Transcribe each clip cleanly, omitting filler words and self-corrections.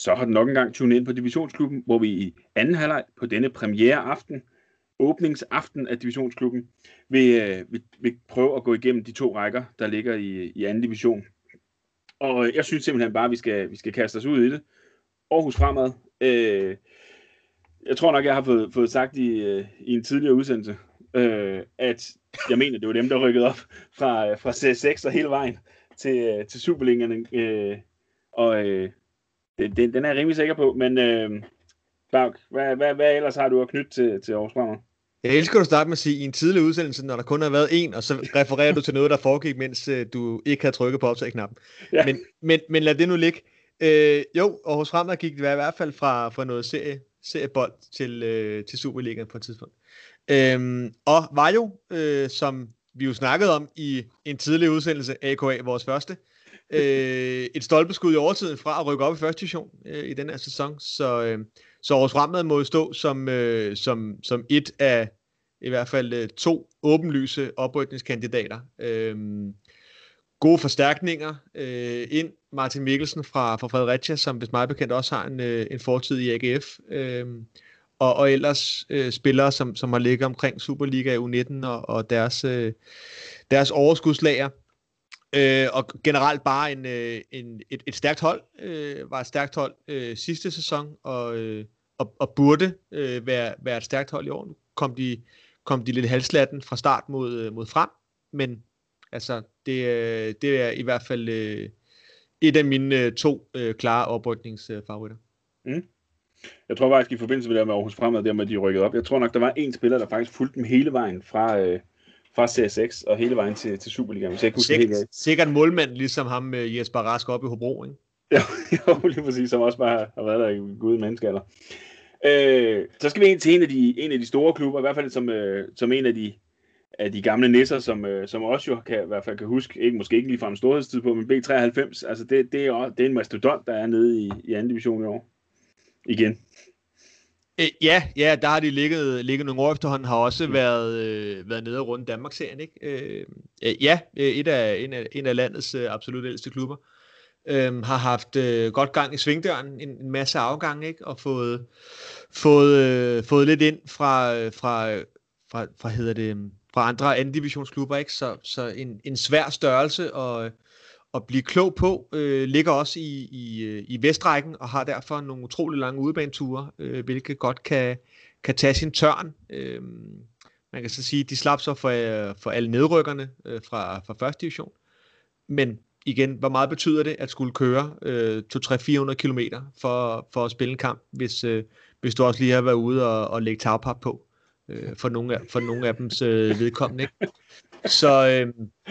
Så har den nok engang tunet ind på Divisionsklubben, hvor vi i anden halvleg på denne premiereaften, åbningsaften af Divisionsklubben, vil prøve at gå igennem de 2 rækker, der ligger i anden division. Og jeg synes simpelthen bare, at vi skal kaste os ud i det. Aarhus Fremad. Jeg tror nok, jeg har fået sagt i en tidligere udsendelse, at jeg mener, det var dem, der rykkede op fra C6 og hele vejen til Superligaen. Den er jeg rimelig sikker på, men Bauk, hvad ellers har du at knytte til Aarhus Fremad? Jeg elsker at starte med at sige, i en tidlig udsendelse, når der kun har været en, og så refererer du til noget, der foregik, mens du ikke havde trykket på optag-knappen. Ja. Men lad det nu ligge. Jo, Aarhus Fremad gik i hvert fald fra noget seriebold til Superligaen på et tidspunkt. Og var jo, som vi jo snakkede om i en tidlig udsendelse, AKA vores første, et stolpeskud i overtiden fra at rykke op i første division i den her sæson. Så Aarhus Fremad må jo stå som et af i hvert fald 2 åbenlyse oprykningskandidater. Gode forstærkninger ind. Martin Mikkelsen fra Fredericia, som hvis meget bekendt også har en fortid i AGF. Og ellers spillere, som har ligget omkring Superliga U19 og deres overskudslager. Og generelt bare et stærkt hold. Var et stærkt hold sidste sæson, og burde være et stærkt hold i år. Nu kom de lidt halslatten fra start mod Frem, men altså det er i hvert fald et af mine 2 klare oprykningsfavoritter. Jeg tror faktisk i forbindelse med det med Aarhus Fremad, der med de rykkede op, jeg tror nok der var en spiller, der faktisk fulgte dem hele vejen fra C6 og hele vejen til Superligaen. Sikkert målmand, ligesom ham Jesper Rask op i Hobro, ikke? Jo, lige præcis, som også bare har været der i gode menneskealder. Så skal vi ind til en af de store klubber, i hvert fald som en af de gamle nisser, som også jo i hvert fald kan huske, måske ikke lige fra en storhedstid på, men B93, altså det er en mastodont, der er nede i anden division i år. Igen. Ja, der har de ligget nogle år efterhånden, har også været nede og rundt Danmarksserien, ikke? En af landets absolut ældste klubber. Har haft godt gang i svingdøren, en masse afgange, ikke? Og fået lidt ind fra andre anden divisionsklubber, ikke? Så en svær størrelse at blive klog på, ligger også i Vestrækken og har derfor nogle utrolig lange udebaneture, hvilket godt kan tage sin tørn. Man kan så sige, at de slap så for alle nedrykkerne fra første division. Men igen, hvor meget betyder det at skulle køre 200-400 kilometer for at spille en kamp, hvis du også lige har været ude og lægge tagpap på for nogle af dems vedkommende, ikke? Så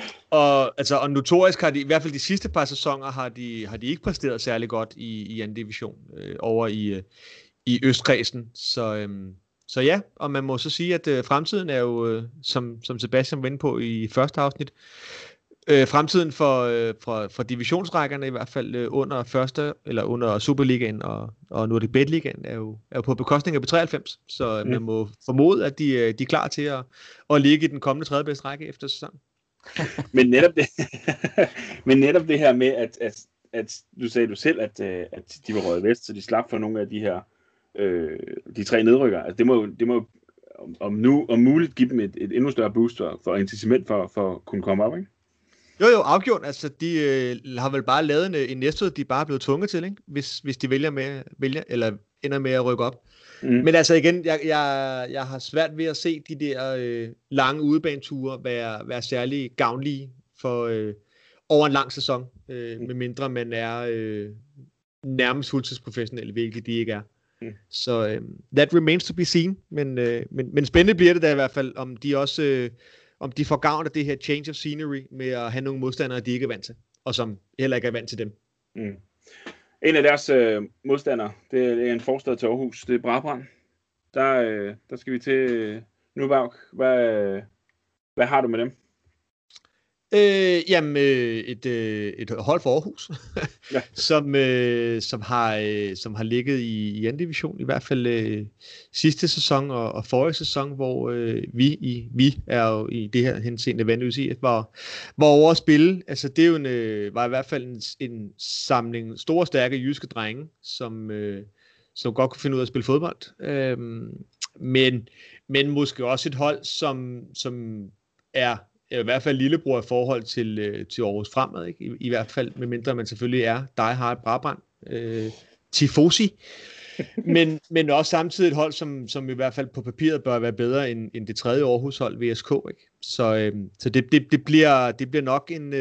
og notorisk har de, i hvert fald de sidste par sæsoner, har de ikke præsteret særlig godt i anden division over i Østkredsen. Så ja, og man må så sige, at fremtiden er jo, som Sebastian var inde på i første afsnit, fremtiden for divisionsrækkerne i hvert fald under Superligaen og Nordic Bet Ligaen er jo på bekostning af B93, så man må formode, at de er klar til at ligge i den kommende 3. bedste række efter sæsonen. Men netop det her med, at du sagde du selv, at de var røget vest, så de slap for nogle af de her de 3 nedrykkere. Altså det må om muligt give dem et endnu større boost for incitament for at kunne komme op, ikke? Jo, afgjort. Altså, de har vel bare lavet en næstved, de bare er blevet tvunget til, ikke? Hvis de vælger eller ender med at rykke op. Men altså igen, jeg har svært ved at se de der lange udebaneture være særlig gavnlige for over en lang sæson, medmindre man er nærmest fuldtidsprofessionel, hvilket de ikke er. Så that remains to be seen, men spændende bliver det da i hvert fald, om de også om de får gavn af det her change of scenery med at have nogle modstandere, de ikke er vant til, og som heller ikke er vant til dem. En af deres modstandere, det er en forstad til Aarhus, det er Brabrand. Der skal vi til nu, Bauk. Hvad har du med dem? Et hold for Aarhus, ja. som har ligget i anden division, i hvert fald sidste sæson og forrige sæson, hvor vi er jo i det her henseende Vandløs i, var over at spille. Altså det er jo var i hvert fald en samling store, stærke jyske drenge, som godt kunne finde ud af at spille fodbold. Men måske også et hold, som er i hvert fald lillebror i forhold til Aarhus Fremad, ikke? I hvert fald, medmindre man selvfølgelig er Die Hard Brabrand, Tifosi, men også samtidig et hold, som i hvert fald på papiret bør være bedre end det tredje Aarhus hold, VSK, ikke? Så det bliver nok en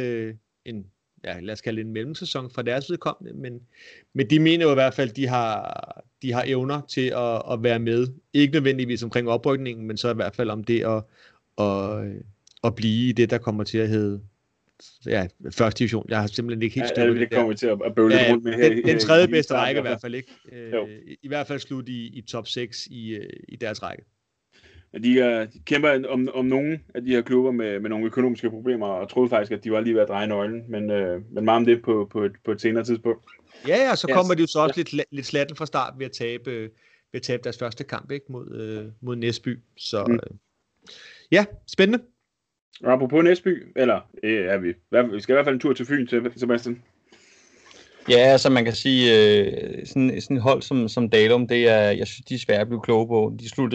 lad os kalde det en mellemsæson fra deres vedkommende, men de mener jo i hvert fald, de har evner til at være med, ikke nødvendigvis omkring oprykningen, men så i hvert fald om det at blive i det, der kommer til at hedde første division. Jeg har simpelthen ikke helt styr på det kommer til at bøvle rundt med her. Den tredje bedste række i hvert fald, ikke? I hvert fald slut i top 6 i deres række. De kæmper om nogle af de her klubber med nogle økonomiske problemer, og troede faktisk, at de var lige ved at dreje nøglen, men meget om det på et senere tidspunkt. Ja, så kommer de jo så også lidt slatten fra start ved at tabe deres første kamp, ikke? Mod Næsby. Så ja, spændende. Og apropos Næsby, vi skal i hvert fald en tur til Fyn til Sebastian. Ja, altså man kan sige, sådan et hold som Dalum, jeg synes, de er svære at blive kloge på.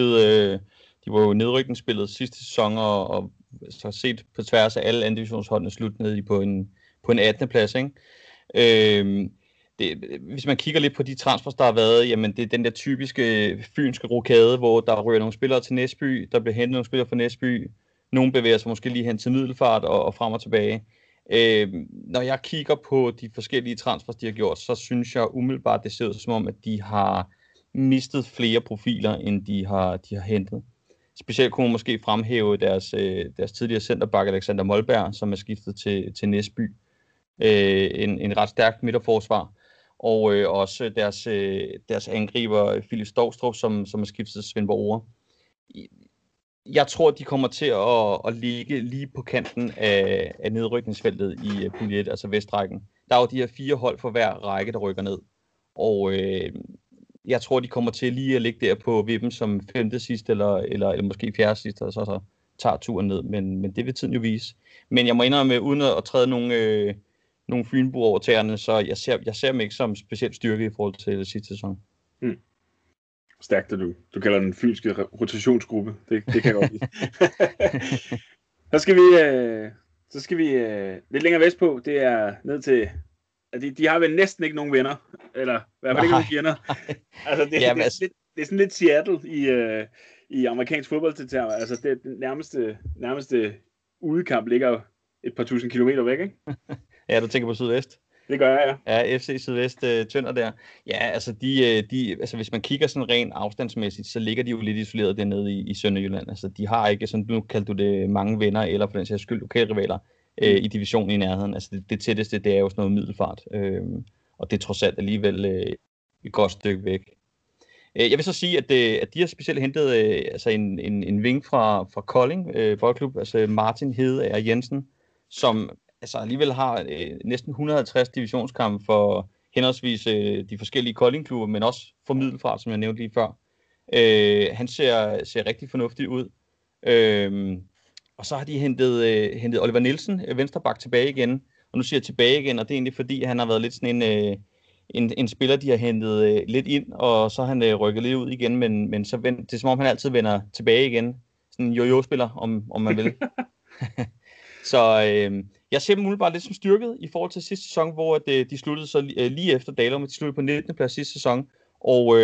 De var jo nedrykningsspillet sidste sæson, og så set på tværs af alle anden divisionsholdene slut nede på en 18. plads, ikke? Hvis man kigger lidt på de transfers, der har været, jamen det er den der typiske fynske rokade, hvor der ryger nogle spillere til Næsby, der bliver hentet nogle spillere fra Næsby, nogle bevæger sig måske lige hen til Middelfart og frem og tilbage. Når jeg kigger på de forskellige transfers, de har gjort, så synes jeg umiddelbart, det ser ud som om, at de har mistet flere profiler, end de har hentet. Specielt kunne man måske fremhæve deres tidligere centerback Alexander Molberg, som er skiftet til Næsby. En ret stærkt midterforsvar. Og også deres angriber Philip Stovstrup, som er skiftet til Svendborg Ore. Jeg tror, de kommer til at ligge lige på kanten af nedrykningsfeltet i pulje 1, altså Vestrækken. Der er jo de her 4 hold for hver række, der rykker ned. Og jeg tror, de kommer til lige at ligge der på vippen som 5. sidst, eller måske 4. sidst, og så tager turen ned. Men det vil tiden jo vise. Men jeg må indrømme, uden at træde nogle fynboer over tæerne, så jeg ser dem ikke som specielt styrke i forhold til sidste sæson. Stærkt, at du kalder den fynske rotationsgruppe. Det kan jeg godt lide. Så skal vi lidt længere vestpå. Det er ned til... De har vel næsten ikke nogen venner. Eller i hvert fald ikke nogen fjender. Altså, det er sådan lidt Seattle i amerikansk fodboldtermer. Altså, det nærmeste udekamp ligger et par tusind kilometer væk, ikke? Ja, du tænker på Sydvest. Det gør jeg, ja. Ja, FC Sydvest Tønder der. Ja, altså altså hvis man kigger sådan rent afstandsmæssigt, så ligger de jo lidt isoleret dernede i Sønderjylland. Altså de har ikke, som nu kalder du det, mange venner, eller for den sags skyld lokalrivaler i divisionen i nærheden. Altså det tætteste, det er jo sådan noget Middelfart. Og det er trods alt alligevel et godt stykke væk. Jeg vil så sige, at de har specielt hentet altså en ving fra Kolding boldklub, altså Martin Hedeager Jensen, som altså alligevel har næsten 150 divisionskampe for henholdsvis de forskellige Kolding-klubber, men også for Middelfart, som jeg nævnte lige før. Han ser rigtig fornuftig ud. Og så har de hentet Oliver Nielsen, venstreback, tilbage igen. Og nu siger jeg tilbage igen, og det er egentlig fordi, han har været lidt sådan en spiller, de har hentet lidt ind, og så har han rykket lidt ud igen, men så det er som om, han altid vender tilbage igen. Sådan en jojo-spiller, om man vil. Så jeg ser dem umiddelbart lidt som styrket i forhold til sidste sæson, hvor de sluttede så lige efter Dalum, de sluttede på 19. plads sidste sæson. Og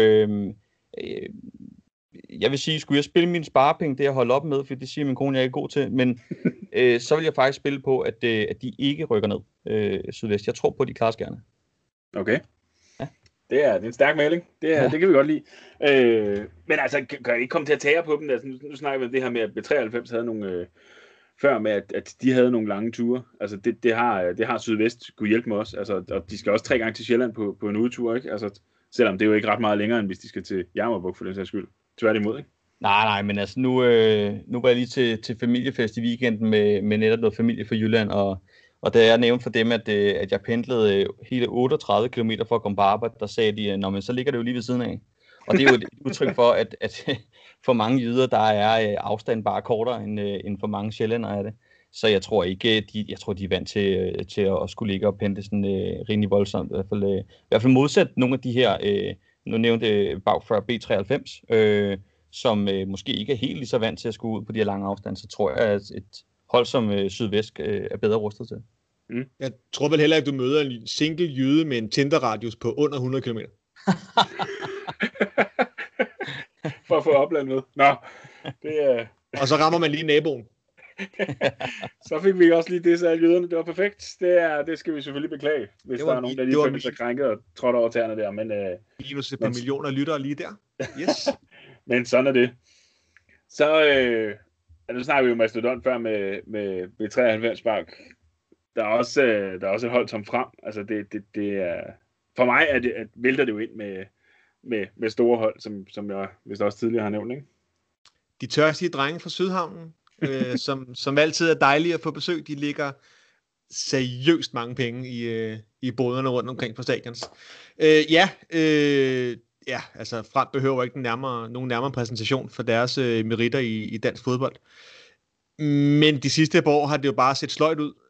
jeg vil sige, skulle jeg spille min sparepenge, det jeg holder op med, for det siger min kone, jeg er ikke god til, men så vil jeg faktisk spille på, at de ikke rykker ned Sydvest. Jeg tror på, at de klarer skærne. Okay. Ja. Det er en stærk melding. Det kan vi godt lide. Men altså, kan I ikke komme til at tære på dem? Altså, nu snakker vi om det her med, at B93 havde nogle... før med, at de havde nogle lange ture. Altså, det har Sydvest kunne hjælpe med os. Altså, og de skal også 3 gange til Sjælland på en udetur, ikke? Altså, selvom det er jo ikke ret meget længere, end hvis de skal til Jammerbugt for den sags skyld. Tværtimod, ikke? Nej, men altså nu var jeg lige til familiefest i weekenden med netop noget familie fra Jylland, og da jeg nævnte for dem, at jeg pendlede hele 38 km for at komme på arbejde, der sagde de, nå, men så ligger det jo lige ved siden af. Og det er jo et udtryk for, at for mange jyder, der er afstanden bare kortere end for mange sjællændere er det. Så jeg tror ikke, de er vant til at skulle ligge og pendle sådan rimelig voldsomt. I hvert fald modsat nogle af de her, nu nævnte Bag før B93, som måske ikke er helt lige så vant til at skulle ud på de her lange afstande, så tror jeg, at et hold som Sydvest er bedre rustet til. Mm. Jeg tror vel heller, at du møder en single jyde med en Tinder-radius på under 100 km. For at få oplandet. Nå, det er... Og så rammer man lige naboen. Så fik vi også lige det, så jyderne, det var perfekt. Det skal vi selvfølgelig beklage, hvis der er nogen, der lige føler sig krænket og trådte over tæerne der. Men, minus et par millioner lyttere lige der. Yes. Men sådan er det. Så nu snakker vi jo Mastodon før med B93 Spark. Der er også et hold som frem. Altså det er, for mig vælter det jo ind med store hold, som jeg vist også tidligere har nævnt, ikke? De tørstige drenge fra Sydhavnen, som altid er dejlige at få besøg. De ligger seriøst mange penge i boderne rundt omkring på stadions. Ja, altså Frem behøver ikke nogen nærmere præsentation for deres meritter i dansk fodbold. Men de sidste par år har det jo bare set sløjt ud.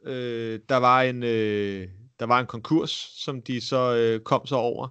Der var en konkurs, som de så kom så over,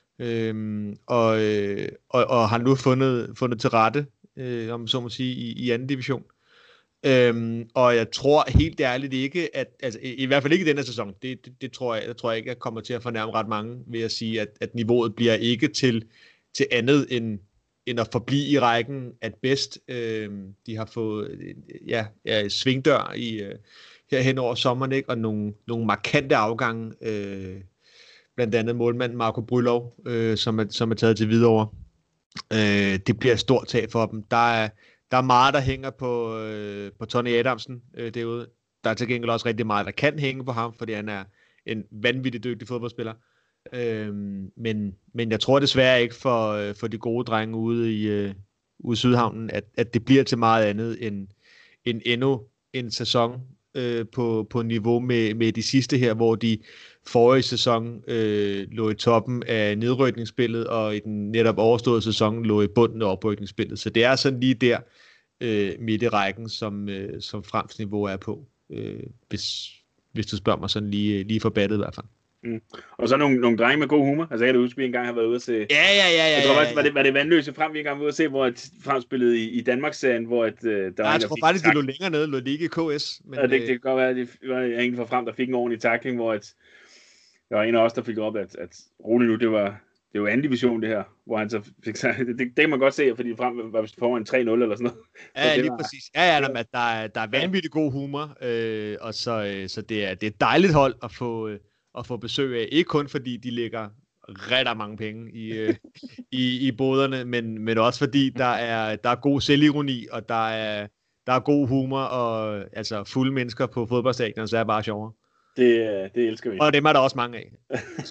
og har nu fundet til rette, om så må sige, i anden division. Og jeg tror helt ærligt ikke, at altså, i hvert fald ikke i denne sæson, det tror jeg ikke, jeg kommer til at fornærme ret mange ved at sige, at niveauet bliver ikke til andet end at forblive i rækken at bedst. De har fået svingdør her hen over sommeren, ikke? Og nogle markante afgange, blandt andet målmand Marco Brylov, som er taget til Hvidovre. Det bliver et stort tab for dem. Der er meget, der hænger på Tony Adamsen derude. Der er til gengæld også rigtig meget, der kan hænge på ham, fordi han er en vanvittig dygtig fodboldspiller. Men jeg tror desværre ikke for de gode drenge ude i Sydhavnen, at det bliver til meget andet end endnu en sæson på niveau med de sidste her, hvor de forrige sæson lå i toppen af nedrykningsspillet, og i den netop overståede sæson lå i bunden af oprykningsspillet. Så det er sådan lige der midt i rækken, som Frems niveau er på, hvis du spørger mig sådan lige forbattet i hvert fald. Mm. Og så nogle drenge med god humor. Altså jeg kan huske, vi engang har været ude at se... Ja. Jeg tror faktisk, var det Vandløse Frem, vi engang var ude at se, hvor Frem spillede i Danmarksserien, hvor der var... Jeg tror faktisk, det lå længere nede, lå ikke i KS. Men, ja, det kan godt være, at det var en fra Frem, der fik en ordentlig tackling, hvor der var en af os, der fik op, at roligt nu, det var jo anden division det her, hvor han så fik sig... Det kan man godt se, fordi Frem var foran 3-0 eller sådan noget. Ja, lige præcis. Ja, der er vanvittig god humor, og så det er et dejligt hold at få besøg af. Ikke kun fordi de lægger rigtig mange penge i boderne, men også fordi der er god selvironi, og der er god humor, og altså fulde mennesker på fodboldstadion, så er bare sjovere. Det elsker vi. Og dem er der også mange af.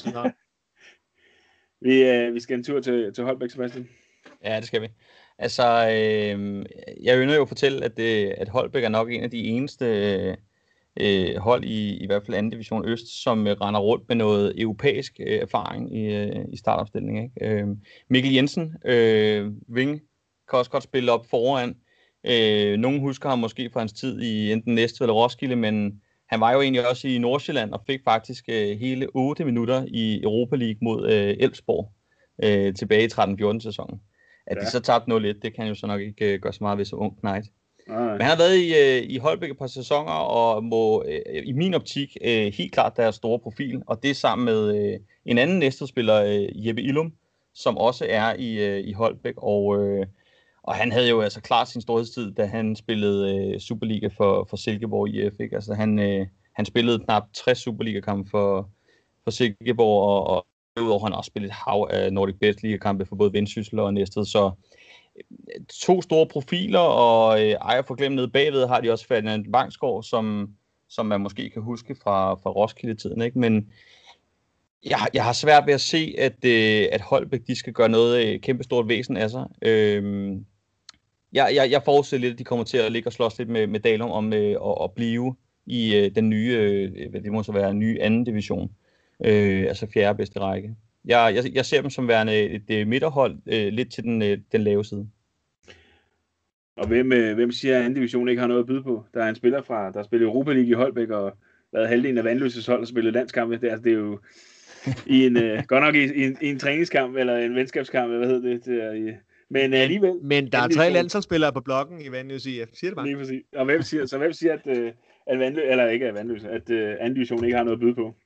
Vi skal en tur til Holbæk, Sebastian. Ja, det skal vi. Altså, jeg ynder jo at fortælle, at Holbæk er nok en af de eneste hold i hvert fald anden division Øst, som render rundt med noget europæisk erfaring i startopstillingen. Ikke? Mikkel Jensen, Ving, kan også godt spille op foran. Nogen husker ham måske fra hans tid i enten Næstved eller Roskilde, men han var jo egentlig også i Nordsjælland og fik faktisk hele 8 minutter i Europa League mod Elfsborg tilbage i 13-14 sæsonen. At de så tabte 0-1, det kan jo så nok ikke gøre så meget ved så ung knight. Men han har været i Holbæk et par sæsoner, og må i min optik helt klart deres store profil, og det er sammen med en anden Næstved-spiller, Jeppe Illum, som også er i Holbæk, og han havde jo altså klart sin storhedstid, da han spillede Superliga for Silkeborg IF. Ikke? Altså han spillede knap 60 Superliga-kampe for Silkeborg, og udover han også spillet et hav af Nordic Bet Liga-kampe for både Vendsyssel og Næstved, så to store profiler, og ejer for glemt nede bagved har de også Ferdinand Vangsgaard, som man måske kan huske fra Roskilde-tiden, ikke? Men jeg har svært ved at se, at Holbæk de skal gøre noget kæmpestort væsen af sig. Jeg forudser lidt, at de kommer til at ligge og slås lidt med Dalum om at blive i den nye, det må så være en ny anden division, altså fjerde bedste række. Jeg ser dem som værende et midterhold lidt til den lave side. Og hvem siger, at anden division ikke har noget at byde på? Der er en spiller der spiller Europa League i Holbæk, og været halvdelen af Vandløses hold og spillet landskampe. Det er jo i en, godt nok i en træningskamp, eller en venskabskamp, hvad hedder det? Det er men alligevel... Men der er 3 landsholdsspillere på blokken i Vandløse IF. Siger det bare. Lige præcis. Og hvem siger at Vandløse, eller ikke at Vandløse, at anden division ikke har noget at byde på?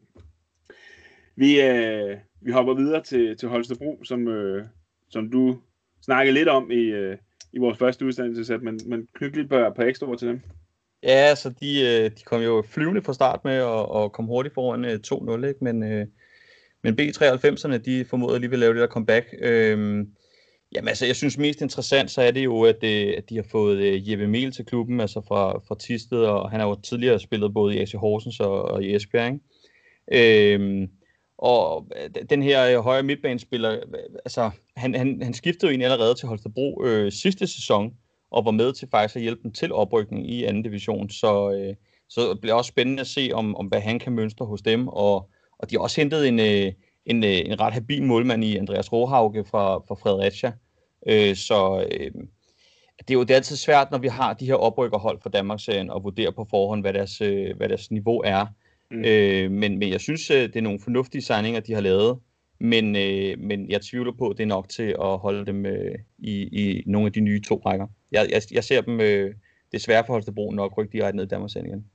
Vi hopper videre til Holstebro, som du snakkede lidt om i vores første uddannelsesæt, men knytte lidt på ekstra ord til dem. Ja, så de kom jo flyvende fra start med og kom hurtigt foran 2-0, ikke? Men B93'erne, de formåede alligevel at lave det der comeback. Jamen altså, jeg synes mest interessant, så er det jo, at de har fået Jeppe Mehl til klubben, altså fra Thisted, og han har jo tidligere spillet både i AC Horsens og i Esbjerg, ikke? Og den her højre midtbanespiller, altså han skiftede jo egentlig allerede til Holstebro sidste sæson, og var med til faktisk at hjælpe dem til oprykning i anden division, så det bliver også spændende at se, om hvad han kan mønstre hos dem, og de har også hentet en ret habil målmand i Andreas Råhauge fra Fredericia, så det er altid svært, når vi har de her oprykkerhold for Danmarksserien, at vurdere på forhånd, hvad deres niveau er. Men jeg synes, det er nogle fornuftige signinger, de har lavet, men jeg tvivler på, at det er nok til at holde dem i nogle af de nye 2 rækker. Jeg ser dem desværre for Holstebro nok rykke direkte ned i Danmarksserien igen.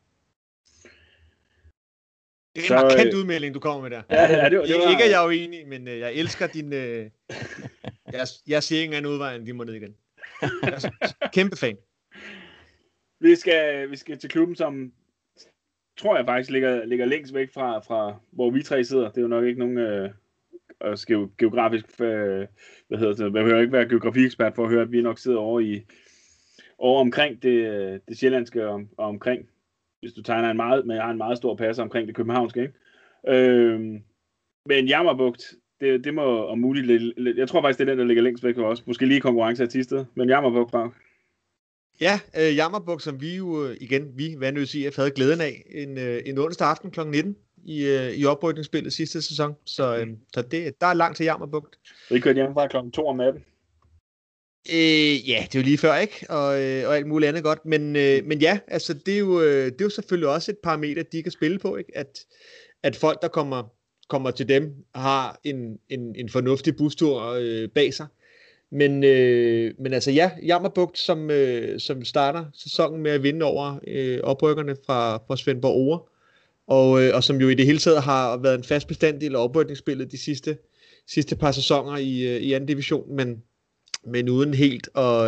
Det er en markant udmelding, du kommer med der. Ja, det var... Ikke er jeg jo enig, men jeg elsker din... jeg siger ikke anden udvej, end de må ned igen. Kæmpe fan. Vi skal til klubben, som tror jeg faktisk ligger længst væk fra hvor vi 3 sidder. Det er jo nok ikke nogen geografisk... Man behøver ikke være geografiekspert for at høre, at vi nok sidder over omkring det sjællandske og omkring, hvis du tegner en meget stor passer omkring det københavnske, ikke? Men Jammerbugt, det må om muligt... Jeg tror faktisk, det er den, der ligger længst væk for os. Måske lige konkurrence af Thisted, men Jammerbugt, Frank. Ja, Jammerbugt, som vi jo vi Vandløse IF havde glæden af en onsdag aften kl. 19 i oprykningsspillet sidste sæson. Så der er langt til Jammerbugt. Vi kørte hjemmefra kl. 2 om natten. Ja, det er jo lige før, ikke? Og alt muligt andet godt. Men ja, altså det er jo selvfølgelig også et parameter, de kan spille på, ikke? At folk, der kommer til dem, har en fornuftig bustur bag sig. Men altså ja, Jammerbugt, som starter sæsonen med at vinde over oprykkerne fra Svendborg Ore, og som jo i det hele taget har været en fast bestanddel af oprykningsspillet de sidste par sæsoner i anden division, men uden helt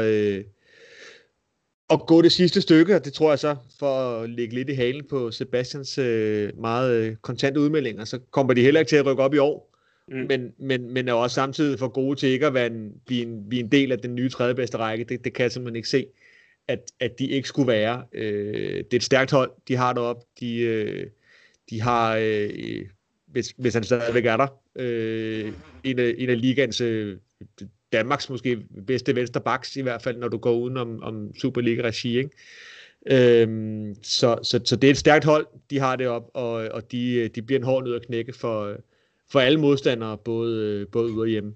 at gå det sidste stykke, og det tror jeg så, for at lægge lidt i halen på Sebastians meget kontante udmeldinger, så kommer de heller ikke til at rykke op i år. Men er også samtidig for gode til ikke at blive en del af den nye 3. bedste række. Det kan jeg simpelthen ikke se, at de ikke skulle være. Det er et stærkt hold, de har deroppe. De har, hvis han stadigvæk er der, en af ligaens, Danmarks måske bedste vensterbacks, i hvert fald, når du går uden om Superliga-regi, ikke? Så det er et stærkt hold, de har deroppe, og de bliver en hård nød at knække for alle modstandere, både ude og hjemme.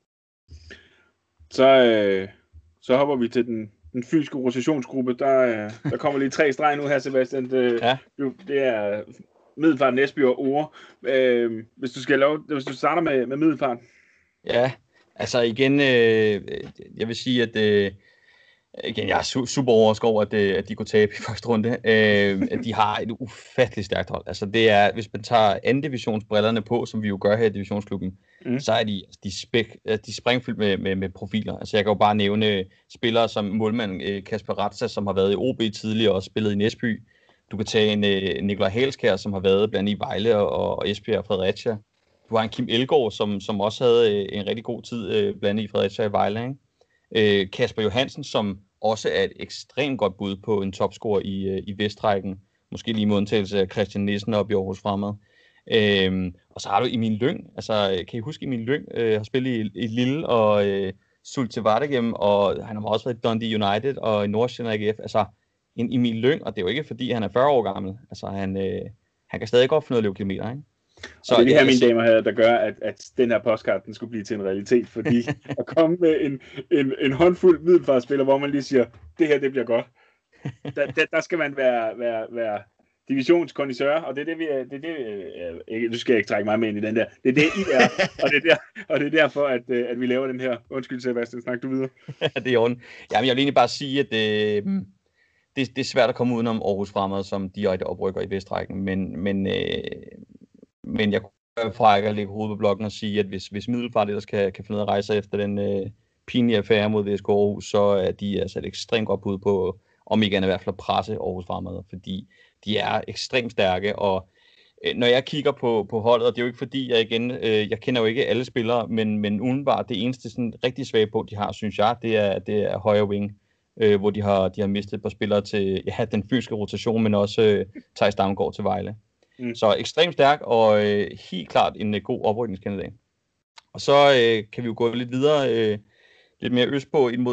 Så hopper vi til den fysiske rotationsgruppe. Der kommer lige 3 streg nu her, Sebastian. Det er Middelfart, Næsby og Ore. Hvis du starter med Middelfart. Ja, altså igen, jeg vil sige, at igen, jeg er super overrasket over, at de kunne tabe i første runde. At de har et ufatteligt stærkt hold. Altså det er, hvis man tager anden divisionsbrillerne på, som vi jo gør her i divisionsklubben, så er de springfyldt med profiler. Altså jeg kan jo bare nævne spillere som målmand Kasper Ratza, som har været i OB tidligere og spillet i Næsby. Du kan tage en Nikolaj Halskær, som har været blandt i Vejle og Esbjerg og Fredericia. Du har en Kim Elgaard, som også havde en rigtig god tid blandt i Fredericia og Vejle, ikke? Kasper Johansen, som også er et ekstremt godt bud på en topscorer i Vestrækken. Måske lige med undtagelse af Christian Nissen op i Aarhus Fremad. Og så har du Emil Lyng. Altså, kan I huske Emil Lyng har spillet i Lille og Sulte Waregem, og han har også været i Dundee United og i Nordsjælland AGF. Altså, en Emil Lyng, og det er jo ikke fordi, han er 40 år gammel. Altså, han kan stadig godt finde ud af at løbe kilometer, ikke? Så det er det her, mine damer og herrer, der gør, at den her podcast, den skulle blive til en realitet, fordi at komme med en håndfuld middelfartsspiller, hvor man lige siger, det her, det bliver godt. Der skal man være divisionskondisør, og det er det, nu skal jeg ikke trække mig med ind i den der, det er det, I er, og det er derfor, at vi laver den her. Undskyld, Sebastian, snak du videre. Det er i orden. Jamen, jeg vil egentlig bare sige, at det er svært at komme udenom Aarhus Fremad, som direkte oprykker i Vestrækken, men jeg kunne frække at lægge hovedet på blokken og sige, at hvis Middelfart ellers kan finde ud af at rejse efter den pinlige affære mod VSK Aarhus, så er de altså et ekstremt godt bud på, om ikke andet i hvert fald at presse Aarhus Fremad, fordi de er ekstremt stærke, og når jeg kigger på holdet, og det er jo ikke fordi, jeg kender jo ikke alle spillere, men udenbart det eneste sådan rigtig svage punkt, de har, synes jeg, det er højre wing, hvor de har mistet et par spillere til den fysiske rotation, men også Theis Damgaard til Vejle. Så ekstremt stærk, og helt klart en god oprykningskandidat. Og så kan vi jo gå lidt videre, lidt mere østpå, ind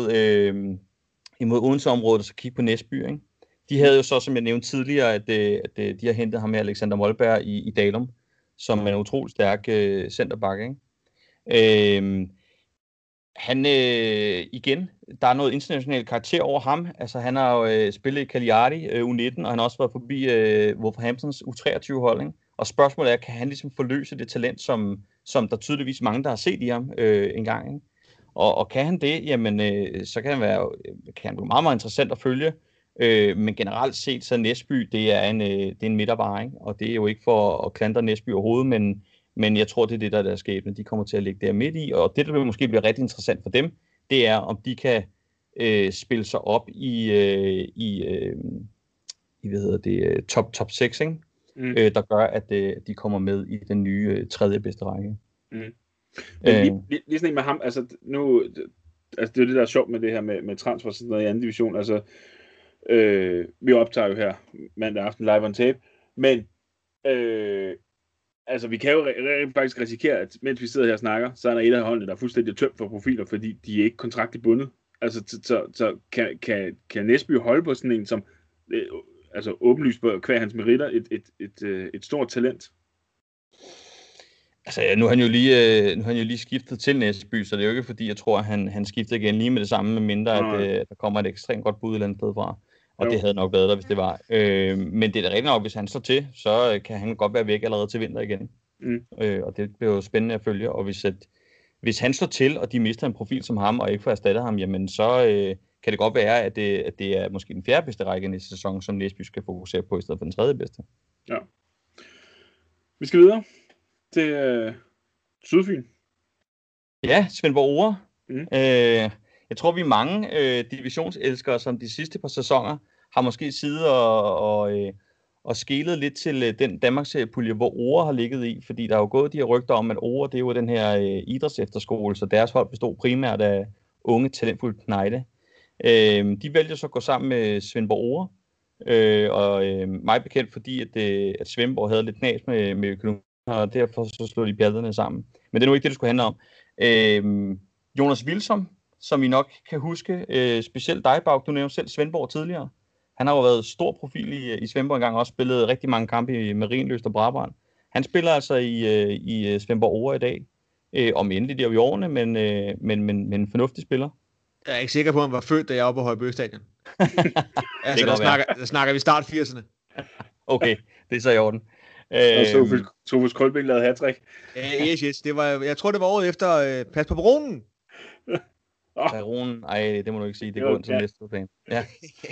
mod Odense-området, og så kigge på Næsby, ikke? De havde jo så, som jeg nævnte tidligere, at de har hentet ham med Alexander Molberg i Dalum, som er en utrolig stærk centerback, ikke? Han, igen, der er noget international karakter over ham. Altså, han har jo spillet i Cagliari U19, og han har også været forbi Wolverhamptons U23-hold, ikke? Og spørgsmålet er, kan han ligesom forløse det talent, som der tydeligvis mange, der har set i ham engang, ikke? Og kan han det, jamen, så kan han blive meget, meget interessant at følge. Men generelt set, så Næsby, det er en midtervare, ikke? Og det er jo ikke for at klandre Næsby overhovedet, men jeg tror, det er det, der er deres skæbne. De kommer til at ligge der midt i, og det, der vil måske blive rigtig interessant for dem, det er, om de kan spille sig op i top 6, ikke? Der gør, at de kommer med i den nye tredje bedste række. Men lige sådan en med ham, altså nu, altså det er jo det, der er sjovt med det her med transfer sådan noget i anden division, altså vi optager jo her mandag aften live on tape, men altså vi kan jo faktisk risikere, at mens vi sidder her og snakker, så er der et af holdene, der er fuldstændig tømt for profiler, fordi de er ikke kontraktligt bundet. Altså så kan Næsby holde på sådan en, som altså åbenlyst på hver hans meritter, et stort talent? Altså, nu har han jo lige skiftet til Næsby, så det er jo ikke fordi, jeg tror, at han skifter igen lige med det samme, med mindre, at der kommer et ekstremt godt bud et eller andet sted fra. Og det havde nok været der, hvis det var. Men det er da rigtig nok, hvis han står til, så kan han godt være væk allerede til vinter igen. Og det bliver jo spændende at følge. Og hvis han står til, og de mister en profil som ham, og ikke får erstattet ham, jamen så kan det godt være, at det er måske den fjerde bedste række næste sæson, som Næsby skal fokusere på, i stedet for den tredje bedste. Ja. Vi skal videre til Sydfyn. Ja, Svendborg Ore. Jeg tror, vi er mange divisionselskere, som de sidste par sæsoner har måske siddet og skelet lidt til den Danmarkspulje, hvor Ore har ligget i, fordi der er jo gået de her rygter om, at Ore, det er jo den her idrætsefterskole, så deres hold bestod primært af unge, talentfulde knejte. De vælger så at gå sammen med Svendborg Ore, og mig bekendt, fordi at Svendborg havde lidt knas med økonomi, og derfor så slog de bjalterne sammen. Men det er nu ikke det, det skulle handle om. Jonas Wilsom, som I nok kan huske, specielt dig, Bag, du nævnte selv Svendborg tidligere. Han har jo været stor profil i Svendborg engang, og også spillet rigtig mange kampe i Marienlyst og Brabrand. Han spiller altså i Svendborg Ore i dag, om endelig der i årene, men en fornuftig spiller. Jeg er ikke sikker på, at han var født, da jeg var på Højbø Stadion. Altså, der snakker vi start 80'erne. Okay, det er så i orden. Og Sofus Koldbæk lavede hattrick. Yes. Jeg tror, det var året efter Pas på Baronen. Baronen? Ej, det må du ikke sige. Det går ind som næste plan. Ja.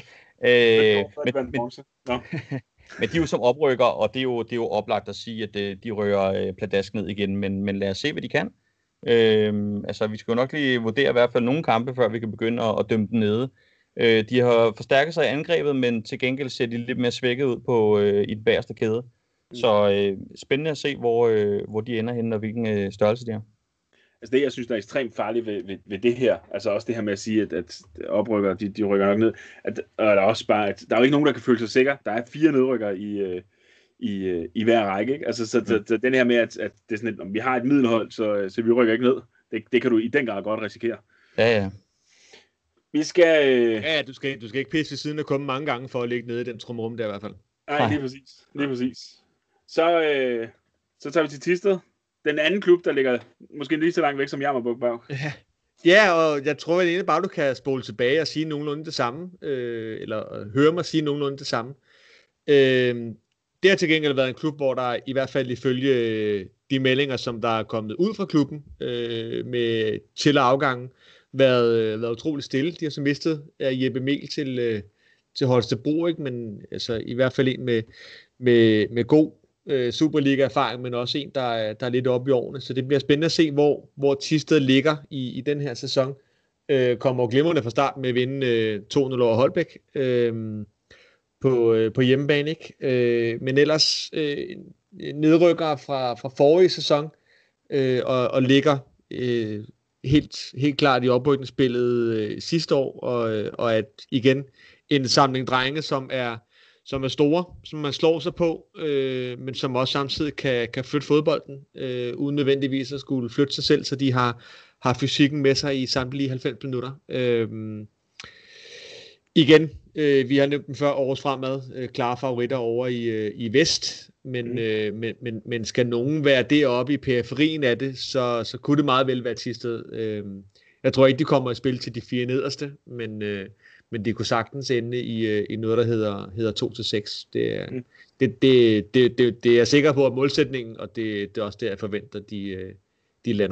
Men de er jo som oprykker, og det er jo oplagt at sige, at de rører pladask ned igen, men lad os se, hvad de kan. Altså, vi skal jo nok lige vurdere i hvert fald nogle kampe, før vi kan begynde at dømme dem nede. De har forstærket sig i angrebet, men til gengæld ser de lidt mere svækket ud i den bagerste kæde. Så spændende at se, hvor de ender henne, og hvilken størrelse de er. Altså det, jeg synes, der er ekstremt farligt ved det her, altså også det her med at sige, at oprykker, de rykker nok ned, og der er også bare, at der er jo ikke nogen, der kan føle sig sikker. Der er 4 nedrykkere i hver række, ikke? Altså, så den her med, at det er sådan et, om vi har et middelhold, så vi rykker ikke ned. Det kan du i den grad godt risikere. Ja. Vi skal... Ja, du skal ikke pisse ved siden af komme mange gange for at ligge nede i den trumrum der i hvert fald. Nej, lige præcis. Så tager vi til Thisted. Den anden klub, der ligger måske lige så langt væk som Jammerbugt. Ja, og jeg tror, at bare du kan spole tilbage og sige nogenlunde det samme, eller høre mig sige nogenlunde det samme. Det har til gengæld været en klub, hvor der i hvert fald ifølge de meldinger, som der er kommet ud fra klubben, med til afgangen, været utroligt stille. De har så mistet Jeppe Mel til Holstebro, ikke? Men altså, i hvert fald en med god Superliga-erfaring, men også en, der er lidt oppe i årene. Så det bliver spændende at se, hvor Thisted ligger i den her sæson. Kommer glimrende fra start med at vinde 2-0 over Holbæk på hjemmebane, ikke? Men ellers nedrykker fra forrige sæson og ligger helt klart i oprykningsspillet sidste år, og at igen en samling drenge, som er store, som man slår sig på, men som også samtidig kan flytte fodbolden, uden nødvendigvis at skulle flytte sig selv, så de har fysikken med sig i samtlige 90 minutter. Igen, vi har nævnt dem før, Aarhus Fremad, klare favoritter over i vest, men skal nogen være deroppe i periferien af det, så kunne det meget vel være Thisted. Jeg tror ikke, de kommer at spille til de 4 nederste, men det kunne sagtens ende i noget, der hedder 2-6. Det er jeg sikker på, at målsætningen, og det er også det, jeg forventer, de lander.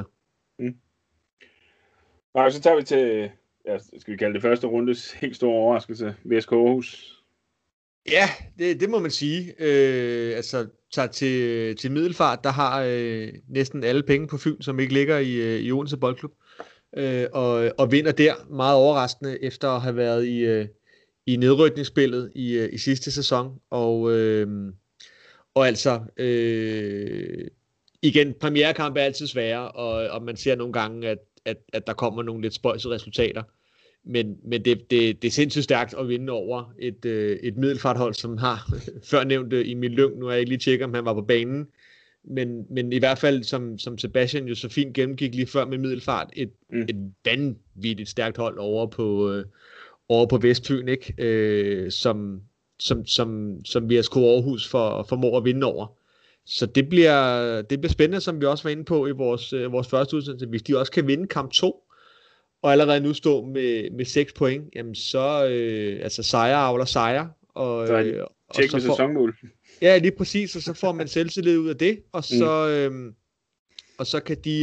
Og så tager vi til, skal vi kalde det første rundes helt store overraskelse, VSK Aarhus. Ja, det må man sige. Altså, tager til Middelfart, der har næsten alle penge på Fyn, som ikke ligger i Odense Boldklub. Og vinder der meget overraskende efter at have været i nedrykningsspillet i sidste sæson. Og altså igen, premierekamp er altid svære, og man ser nogle gange, at der kommer nogle lidt spøjse resultater. Men det er sindssygt stærkt at vinde over et Middelfarthold, som har før nævnt Emil Lyng. Nu har jeg ikke lige tjekket, om han var på banen. Men i hvert fald, som Sebastian jo så fint gennemgik lige før med Middelfart, et vanvittigt stærkt hold over på Vestfyn, ikke? Som VSK Aarhus formår at vinde over. Så det bliver spændende, som vi også var inde på i vores første udsendelse. Hvis de også kan vinde kamp 2, og allerede nu stå med 6 point, jamen så altså sejre avler sejre. Tjek med sæsonmål. Ja, lige præcis, og så får man selvtillid ud af det, og så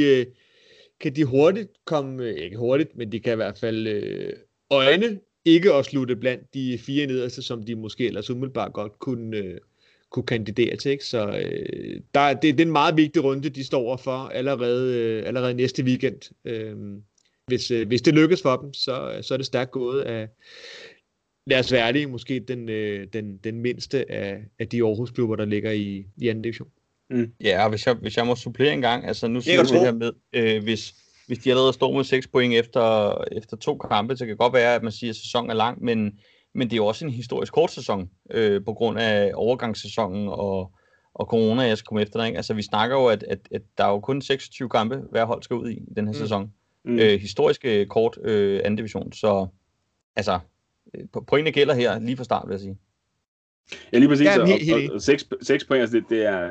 kan de hurtigt komme, ikke hurtigt, men de kan i hvert fald øjne ikke at slutte blandt de 4 nederste, som de måske ellers umiddelbart godt kunne kandidere til, ikke? Så det er en meget vigtig runde, de står overfor allerede næste weekend. Hvis det lykkes for dem, så er det stærkt gået af, lad os være ærlige, måske den mindste af de Aarhus-klubber, der ligger i anden division. Ja, og hvis jeg må supplere en gang, altså nu siger vi her med, hvis de allerede står med 6 point efter 2 kampe, så kan det godt være, at man siger, at sæsonen er lang, men det er jo også en historisk kort sæson, på grund af overgangssæsonen og corona, jeg skal komme efter dig, ikke? Altså vi snakker jo, at der er jo kun 26 kampe, hver hold skal ud i den her sæson. Historisk kort anden division, så altså pointene gælder her lige fra start, vil jeg sige. Ja, lige præcis, og 6 point, altså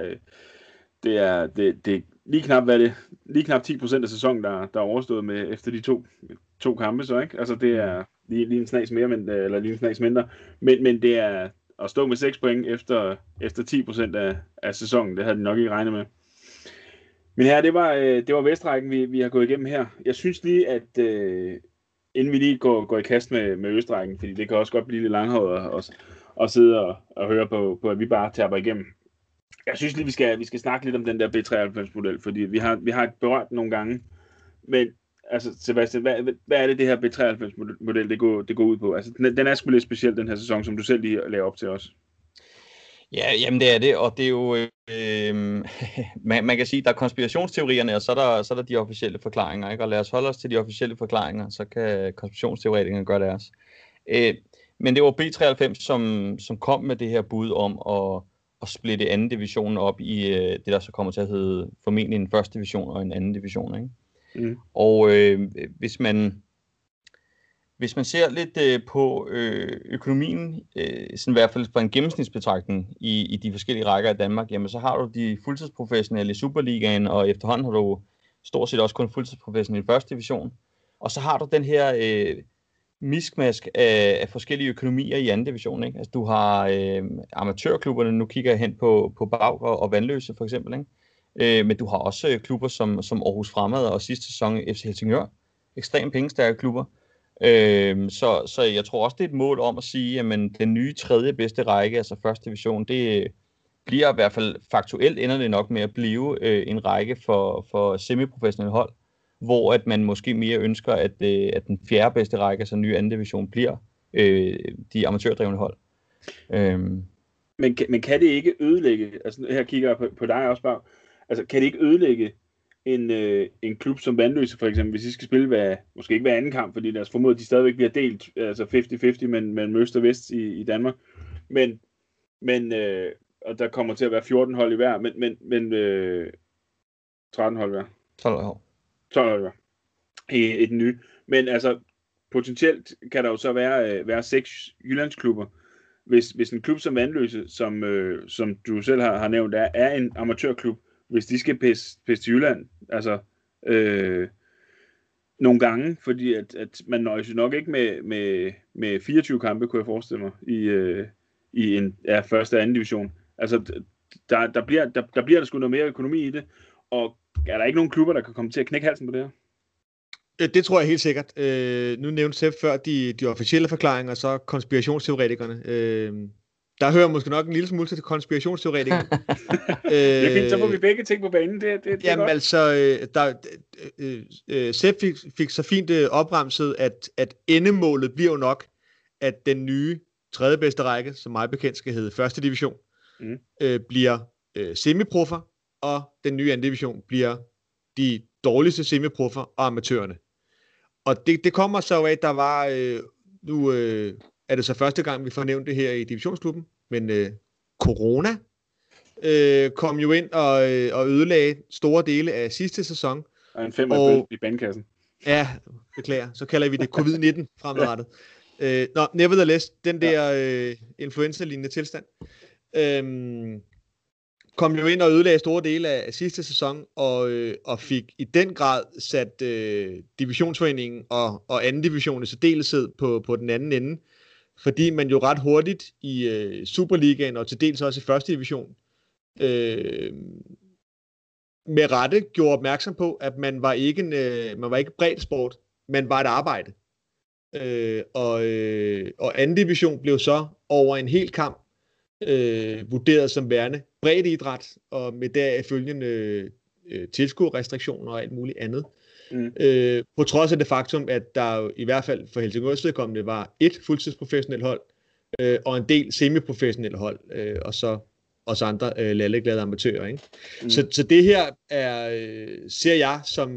det er lige knap, lige knap 10% af sæsonen, der er overstået med efter de to kampe, så ikke? Altså det er lige en snas mere, eller lige en snas mindre, men det er at stå med 6 point efter 10% af sæsonen, det havde de nok ikke regnet med. Men her, det var Vestrækken, vi har gået igennem her. Jeg synes lige, at inden vi lige går i kast med Østrækken, fordi det kan også godt blive lidt langhåret at sidde og høre på, at vi bare taber igennem. Jeg synes lige, vi skal snakke lidt om den der B93-model, fordi vi har berørt den nogle gange. Men altså, Sebastian, hvad er det her B93-model, det går ud på? Altså, den er sgu lidt speciel, den her sæson, som du selv lige laver op til os. Ja, jamen det er det, og det er jo, man kan sige, der er konspirationsteorierne, og så er der de officielle forklaringer, ikke? Og lad os holde os til de officielle forklaringer, så kan konspirationsteoretikerne gøre deres. Men det var B93, som kom med det her bud om at splitte anden division op i det, der så kommer til at hedde formentlig en første division og en anden division, ikke? Og hvis man Hvis man ser lidt på økonomien, sådan i hvert fald fra en gennemsnitsbetragtning i de forskellige rækker af Danmark, jamen så har du de fuldtidsprofessionelle i Superligaen, og efterhånden har du stort set også kun fuldtidsprofessionelle i første division. Og så har du den her miskmask af forskellige økonomier i anden division, ikke? Altså du har amatørklubberne, nu kigger jeg hen på Baug og Vandløse for eksempel, ikke? Men du har også klubber som Aarhus Fremad og sidste sæson FC Helsingør. Ekstremt pengestærke klubber. Så jeg tror også, det er et mål om at sige, at den nye tredje bedste række, altså første division, det bliver i hvert fald faktuelt ender det nok med at blive en række for semiprofessionelle hold, hvor at man måske mere ønsker, at den fjerde bedste række, altså nye anden division, bliver de amatørdrevne hold. Men kan det ikke ødelægge, altså her kigger jeg på dig også bare, altså kan det ikke ødelægge en klub som Vandløse for eksempel, hvis de skal spille måske ikke hver anden kamp, fordi deres formodet, de stadigvæk bliver delt, altså 50-50 mellem øst og vest i Danmark, men og der kommer til at være 14 hold i hver, men 13 hold i hver. 12 hold i hver. I den nye. Men altså, potentielt kan der jo så være 6 Jyllandsklubber. Hvis en klub som Vandløse, som du selv har nævnt, er en amatørklub, hvis de skal pisse til Jylland, altså nogle gange, fordi at man nøjes jo nok ikke med 24 kampe, kunne jeg forestille mig, i en første og anden division. Altså, der bliver der sgu noget mere økonomi i det, og er der ikke nogen klubber, der kan komme til at knække halsen på det her? Det tror jeg helt sikkert. Nu nævnte Sepp før de officielle forklaringer, og så konspirationsteoretikerne. Der hører måske nok en lille smule til konspirationsteoretikerne. Det er fint, så får vi begge ting på banen. Det jamen godt. Altså, Sepp fik så fint opremset, at endemålet bliver jo nok, at den nye tredje bedste række, som mig bekendt skal hedde første division, bliver semiproffer, og den nye anden division bliver de dårligste semiproffer og amatørerne. Og det kommer så af, at der var, nu er det så første gang, vi får nævnt det her i divisionsklubben, men corona kom jo ind og ødelagde store dele af sidste sæson. Og en 5 i bandkassen. Ja, beklager. Så kalder vi det covid-19 fremadrettet. Nevertheless, den der influenza-lignende tilstand, kom jo ind og ødelagde store dele af sidste sæson, og fik i den grad sat divisionsforeningen og anden division i særdeleshed på den anden ende, fordi man jo ret hurtigt i Superligaen og til dels også i første division med rette gjorde opmærksom på, at man var ikke bredt sport, man var et arbejde. Og anden division blev så over en hel kamp vurderet som værende bredt idræt, og med deraf følgende tilskuerrestriktioner og alt muligt andet. På trods af det faktum, at der jo, i hvert fald for Helsingørs vedkommende var et fuldtidsprofessionelt hold, og en del semiprofessionelle hold, og så også andre lalleglade amatører. Ikke? Så det her ser jeg som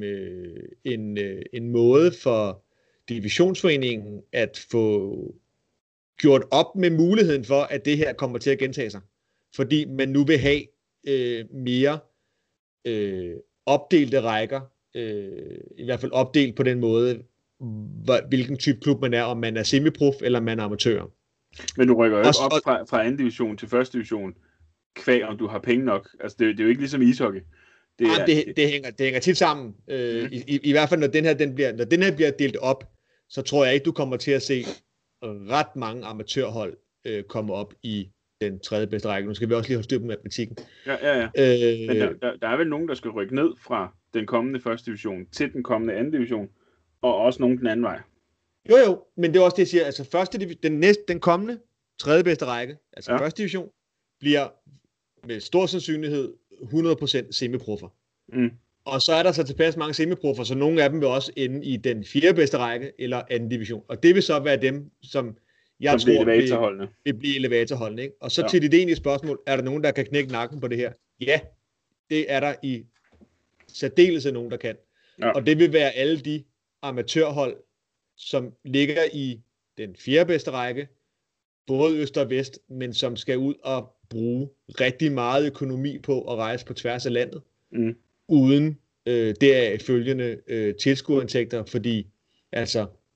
en måde for divisionsforeningen at få gjort op med muligheden for, at det her kommer til at gentage sig. Fordi man nu vil have mere opdelte rækker, i hvert fald opdelt på den måde, hvilken type klub man er, om man er semiprof eller man er amatør. Men du rykker jo ikke op fra anden division til første division, kvæg om du har penge nok. Altså det er jo ikke ligesom ishockey. Det hænger tit sammen. I hvert fald når den her bliver delt op, så tror jeg ikke, du kommer til at se ret mange amatørhold komme op i den tredje bedste række. Nu skal vi også lige holde styr på matematikken. Ja. Men der er vel nogen, der skal rykke ned fra den kommende første division til den kommende anden division, og også nogen den anden vej. Jo, men det er også det, jeg siger. Altså den kommende tredje bedste række, altså første division, bliver med stor sandsynlighed 100% semiproffer. Og så er der så tilpas mange semiproffer, så nogle af dem vil også ende i den fjerde bedste række eller anden division. Og det vil så være dem, som jeg tror vil blive elevatorholdene. Ikke? Og så til det egentlige spørgsmål, er der nogen, der kan knække nakken på det her? Ja, det er der i særdeleshed nogen, der kan. Ja. Og det vil være alle de amatørhold, som ligger i den fjerde bedste række, både øst og vest, men som skal ud og bruge rigtig meget økonomi på at rejse på tværs af landet, uden deraf følgende tilskuerindtægter, fordi altså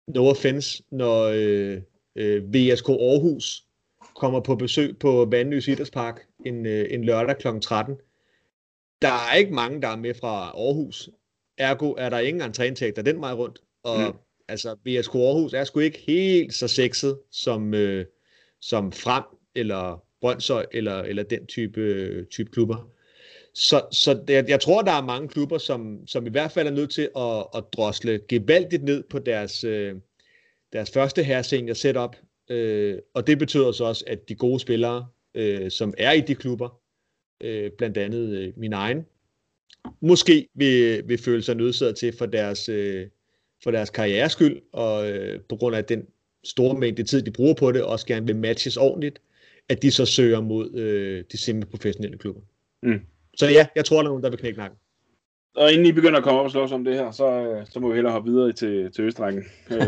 no offense, når VSK Aarhus kommer på besøg på Vandløs Idrætspark en lørdag kl. 13. Der er ikke mange, der er med fra Aarhus. Ergo er der ingen entréindtægter den vej rundt. Og altså, VSK Aarhus er sgu ikke helt så sexet som Frem eller Brønshøj eller den type klubber. Så jeg tror, der er mange klubber, som i hvert fald er nødt til at drosle gevaldigt ned på deres første herresenior setup. Og det betyder så også, at de gode spillere, som er i de klubber, blandt andet min egen, måske vil føle sig nødsaget til for deres karrieres skyld, og på grund af den store mængde tid, de bruger på det, også gerne vil matches ordentligt, at de så søger mod de semi-professionelle klubber. Så ja, jeg tror, der er nogen, der vil knække nakken. Og inden I begynder at komme op og slås om det her, så må vi hellere hoppe videre til Østrækken.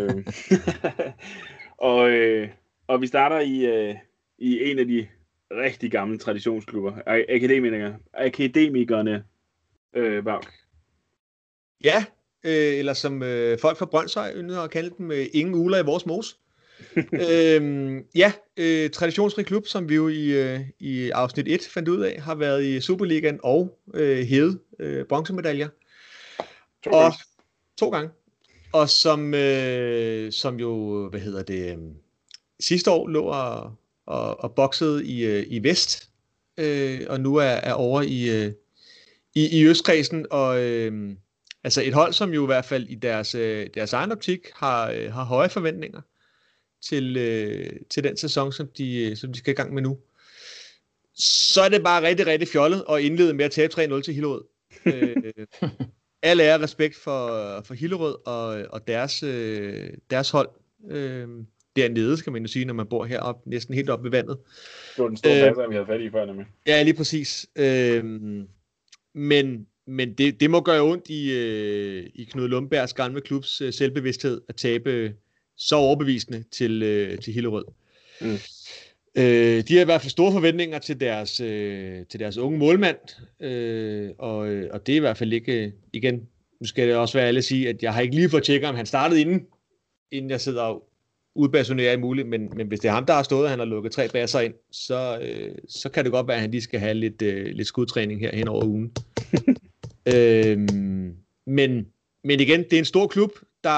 Og vi starter i en af de rigtig gamle traditionsklubber, akademikerne, Bauk. Ja, eller som folk fra Brønshøj ynder at kalde dem, ingen uler i vores mos. Traditionsrig klub, som vi jo i afsnit 1 fandt ud af, har været i Superligaen og hævet bronzemedaljer. 2 gange. Og som jo, sidste år lå og boksede i vest, og nu er over i østkredsen, og altså et hold, som jo i hvert fald i deres egen optik har høje forventninger til den sæson, som de skal i gang med nu. Så er det bare rigtig, rigtig fjollet at indlede med at tabe 3-0 til Hillerød. Al ære og respekt for Hillerød og deres hold. Dernede, skal man jo sige, når man bor heroppe, næsten helt oppe ved vandet. Det var den store passer, vi havde fat i før, nemlig. Ja, lige præcis. Men det må gøre ondt i Knud Lundbergs gamle klubs selvbevidsthed at tabe så overbevisende til Hillerød. De har i hvert fald store forventninger til deres unge målmand, og det er i hvert fald ikke, igen, nu skal det også være alle sige, at jeg har ikke lige fået tjekket, om han startede inden jeg sidder og udbasunerer i muligt, men hvis det er ham, der har stået, og han har lukket 3 basser ind, så kan det godt være, at han lige skal have lidt skudtræning her hen over ugen. Men igen, det er en stor klub, der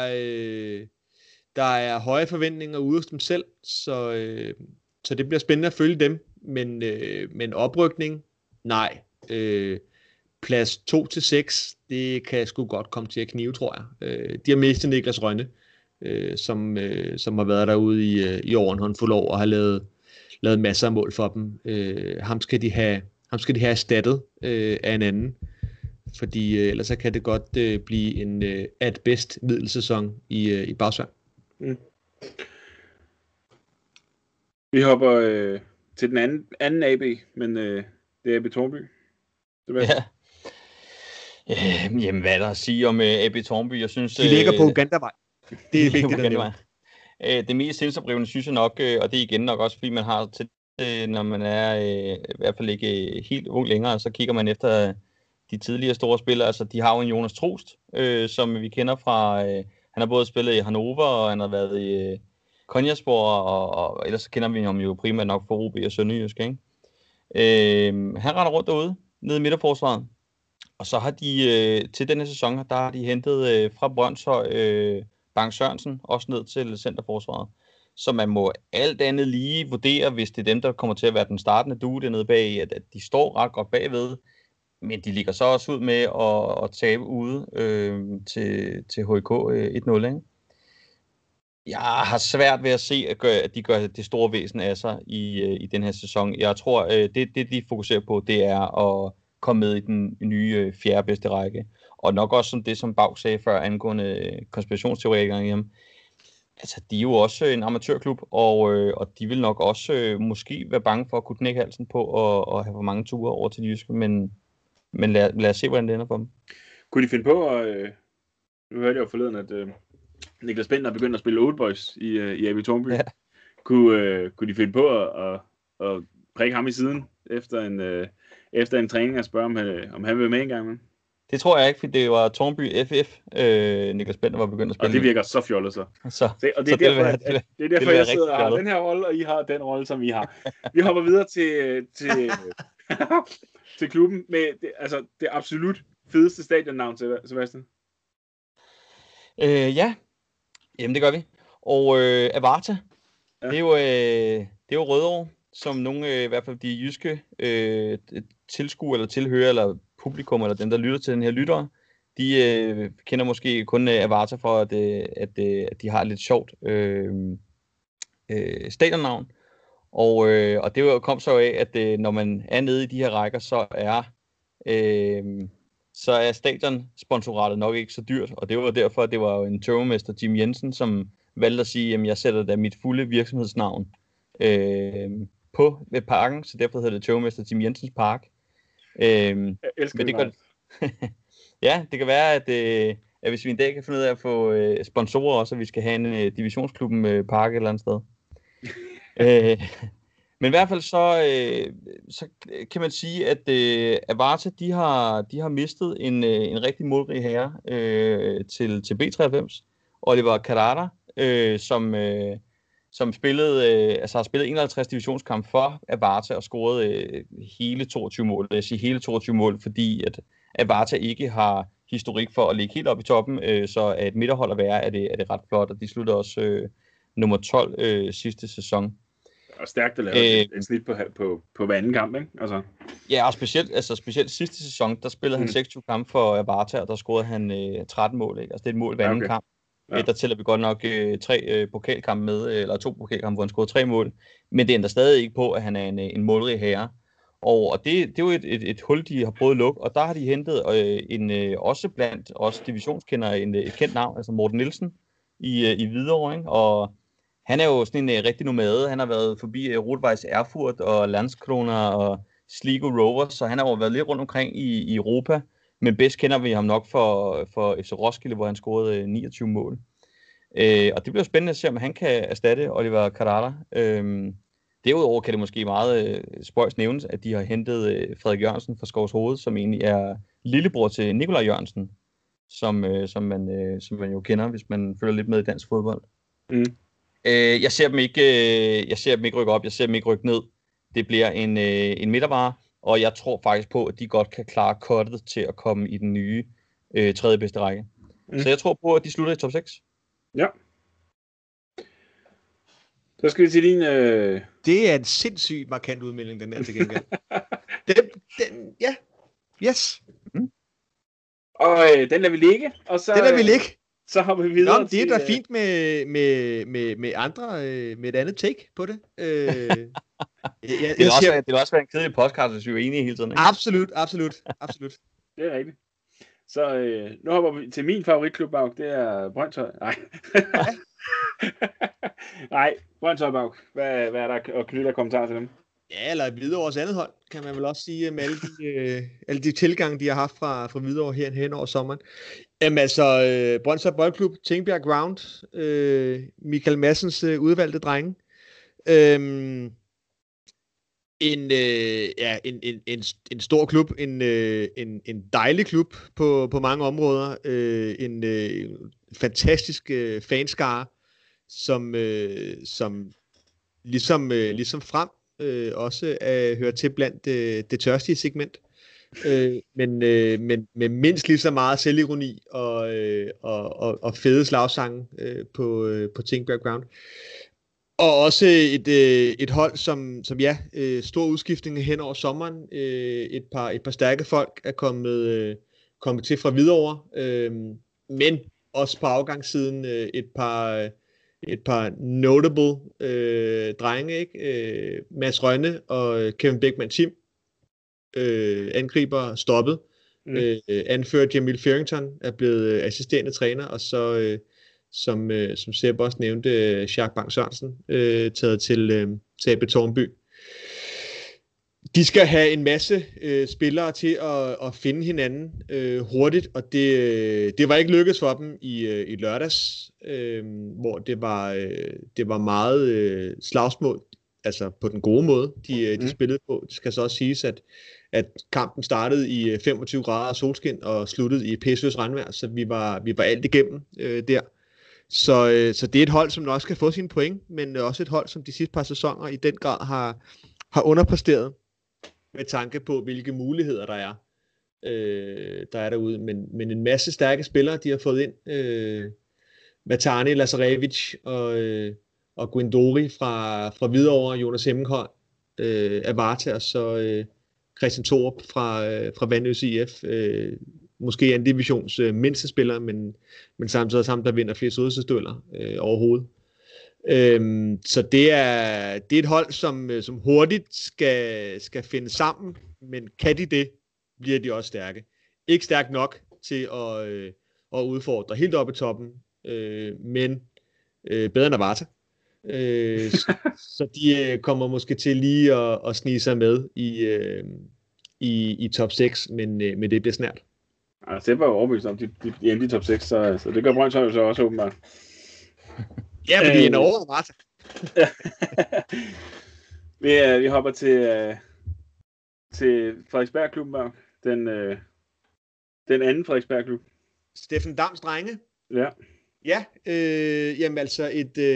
er høje forventninger ude hos dem selv, så det bliver spændende at følge dem, men oprykning, nej. Plads 2-6, det kan sgu godt komme til at knive, tror jeg. De har mistet Niklas Rønne, som har været derude i over en håndfuld år og har lavet masser af mål for dem. Ham skal de have erstattet af en anden, fordi ellers så kan det godt blive en at bedst middelsæson i Bagsværd. Vi hopper til den anden AB, men det er AB Tårnby. Ja. Jamen, hvad er der at sige om AB Tårnby? Jeg synes, de ligger på Ugandavej. Det er vigtigt at nævne. Det mest sindsoprivende synes jeg nok, og det er igen nok også, fordi man har til, når man er i hvert fald ikke helt ung længere, så kigger man efter de tidligere store spillere. Altså, de har jo en Jonas Trost, som vi kender fra, han har både spillet i Hannover, og han har været i Konjasborg, og ellers så kender vi ham jo primært nok for OB og Sønderjysk, ikke? Han render rundt derude, nede i midterforsvaret. Og så har de til denne sæson, der har de hentet fra Brønshøj Bang Sørensen, også ned til centerforsvaret. Så man må alt andet lige vurdere, hvis det er dem, der kommer til at være den startende due dernede bag, at de står ret godt bagved. Men de ligger så også ud med at tabe ude til HK 1-0, ikke? Jeg har svært ved at se, at de gør det store væsen af sig i den her sæson. Jeg tror, det de fokuserer på, det er at komme med i den nye 4. bedste række. Og nok også som det, som Baug sagde før angående konspirationsteoretikerne hjemme. Altså, de er jo også en amatørklub, og de vil nok også måske være bange for at kunne knække halsen på og have for mange ture over til de jyske, men lad os se, hvordan det ender for dem. Kunne de finde på, nu hørte jeg jo forleden, at Niklas Bender er begyndt at spille Old Boys i AB Tårnby. Ja. Kunne de finde på at prikke ham i siden efter en træning og spørge, om han vil med en gang med? Det tror jeg ikke, for det var Tårnby FF, Niklas Bender var begyndt at spille. Og det virker så fjollet så. Og det er derfor jeg sidder og har den her rolle, og I har den rolle, som I har. Vi hopper videre til klubben med det absolut fedeste stadionnavn, Sebastian. Ja, jamen det gør vi. Og Avarta, ja. det er jo Rødovre, som nogle, i hvert fald de jyske tilskuere eller tilhører, eller publikum, eller dem, der lytter til den her lyttere, de kender måske kun Avarta for, at de har et lidt sjovt stadionnavn. Og det kom så af, at når man er nede i de her rækker, så er stadionsponsoratet nok ikke så dyrt, og det var derfor, at det var jo en tømmermester, Jim Jensen, som valgte at sige, at jeg sætter da mit fulde virksomhedsnavn ved parken, så derfor hedder det tømmermester Jim Jensens Park. Jeg elsker det godt. Ja, det kan være, at hvis vi en dag kan finde ud af at få sponsorer også, at vi skal have en divisionsklubben park et eller andet sted. Men i hvert fald så kan man sige, at Avarta, de har mistet en rigtig målrig herre til B93, og det var Carrara, som spillede, har spillet 51 divisionskampe for Avarta og scoret hele 22 mål. Jeg siger hele 22 mål, fordi at Avarta ikke har historik for at ligge helt op i toppen, så at et midterhold at være, er det ret flot, og de slutter også nummer 12 sidste sæson. Og stærkt at lave et snit på hver anden kamp, ikke? Altså. Ja, og specielt sidste sæson, der spillede han 26 kampe for Avarta, og der scorede han 13 mål, ikke? Altså det er et mål hver anden kamp. Ja. Der tæller vi godt nok 3 pokalkampe med, eller 2 pokalkampe, hvor han scorede 3 mål, men det ændrer stadig ikke på, at han er en målrig herre. Og det er jo et hul, de har prøvet at lukke, og der har de hentet også blandt os divisionskendere et kendt navn, altså Morten Nielsen i Hvidovre, ikke? Og han er jo sådan en rigtig nomade. Han har været forbi Rot-Weiss Erfurt og Landskrona og Sligo Rovers, så han har jo været lidt rundt omkring i Europa. Men bedst kender vi ham nok for FC Roskilde, hvor han scorede 29 mål. Og det bliver spændende at se, om han kan erstatte Oliver Carrara. Derudover kan det måske meget spøjs nævnes, at de har hentet Frederik Jørgensen fra Skovs Hoved, som egentlig er lillebror til Nikolaj Jørgensen, som man jo kender, hvis man følger lidt med i dansk fodbold. Mm. Jeg ser dem ikke rykke op, jeg ser dem ikke rykke ned. Det bliver en midtervare, og jeg tror faktisk på, at de godt kan klare cuttet til at komme i den nye tredje bedste række. Så jeg tror på, at de slutter i top 6. Ja. Så skal vi til din... Det er en sindssygt markant udmelding, den her til gengæld. Ja. Yes. Og den lader vi ligge. Og så, den lader vi ligge. Så hopper vi videre. Nå, det er da fint med andre, med et andet take på det. Det vil også være en kedelig podcast, hvis vi er enige hele tiden. Ikke? Absolut. Det er rigtigt. Så nu hopper vi til min favoritklub, Bauk. Det er Brøndshøj. Nej. Nej, Brøndshøj, Bauk. Hvad er der at knytte kommentarer til dem? Ja, eller Hvidovres andet hold, kan man vel også sige, med alle de tilgange, de har haft fra Hvidovre hen over sommeren. Jamen altså, Brøndshøj Boldklub, Tingbjerg Ground, Michael Madsens udvalgte drenge. En stor klub, en dejlig klub på mange områder, en fantastisk fanskare, som ligesom frem også hører til blandt det tørstige segment, men mindst lige så meget selvironi og fede slagsange på Tingbjerg Ground. Og også et hold, som stor udskiftning hen over sommeren. Et par stærke folk er kommet til fra Hvidovre, men også på afgangssiden et par notable drenge, ikke? Mads Rønne og Kevin Beckmann Tim, angriber stoppet. Anfører Jamil Fearington er blevet assisterende træner, og så som Sepp også nævnte, Jacques Bang Sørensen taget til AB Tårnby. De skal have en masse spillere til at finde hinanden hurtigt, og det var ikke lykkedes for dem i lørdags, hvor det var meget slagsmål, altså på den gode måde, de spillede på. Det skal så også siges, at kampen startede i 25 grader solskin og sluttede i pæsløs regnvejr, så vi var alt igennem der. Så det er et hold, som nok skal få sine point, men også et hold, som de sidste par sæsoner i den grad har underpræsteret med tanke på, hvilke muligheder der er derude. Men en masse stærke spillere, de har fået ind. Matani, Lazarevic og Guendouzi fra Hvidovre, Jonas Hemmenholm, Avarta og så Christian Thorup fra Vandøs IF. Måske en divisions mindste spiller, men samtidig også ham, der vinder flest udelsesdueller overhovedet. Så det er et hold, som hurtigt skal finde sammen, men kan de det, bliver de også stærke. Ikke stærk nok til at udfordre helt oppe i toppen, men bedre end Avarta. Så de kommer måske til lige at snige sig med i top 6, men det bliver snært. Altså, det var jo overbevist om, de endte i top 6, så det gør Brøndshøj så også åbenbart. Ja, men de ender over Avarta. Vi hopper til Frederiksberg-klubben, den anden Frederiksberg-klub. Steffen Dams drenge. Ja. Ja, jamen altså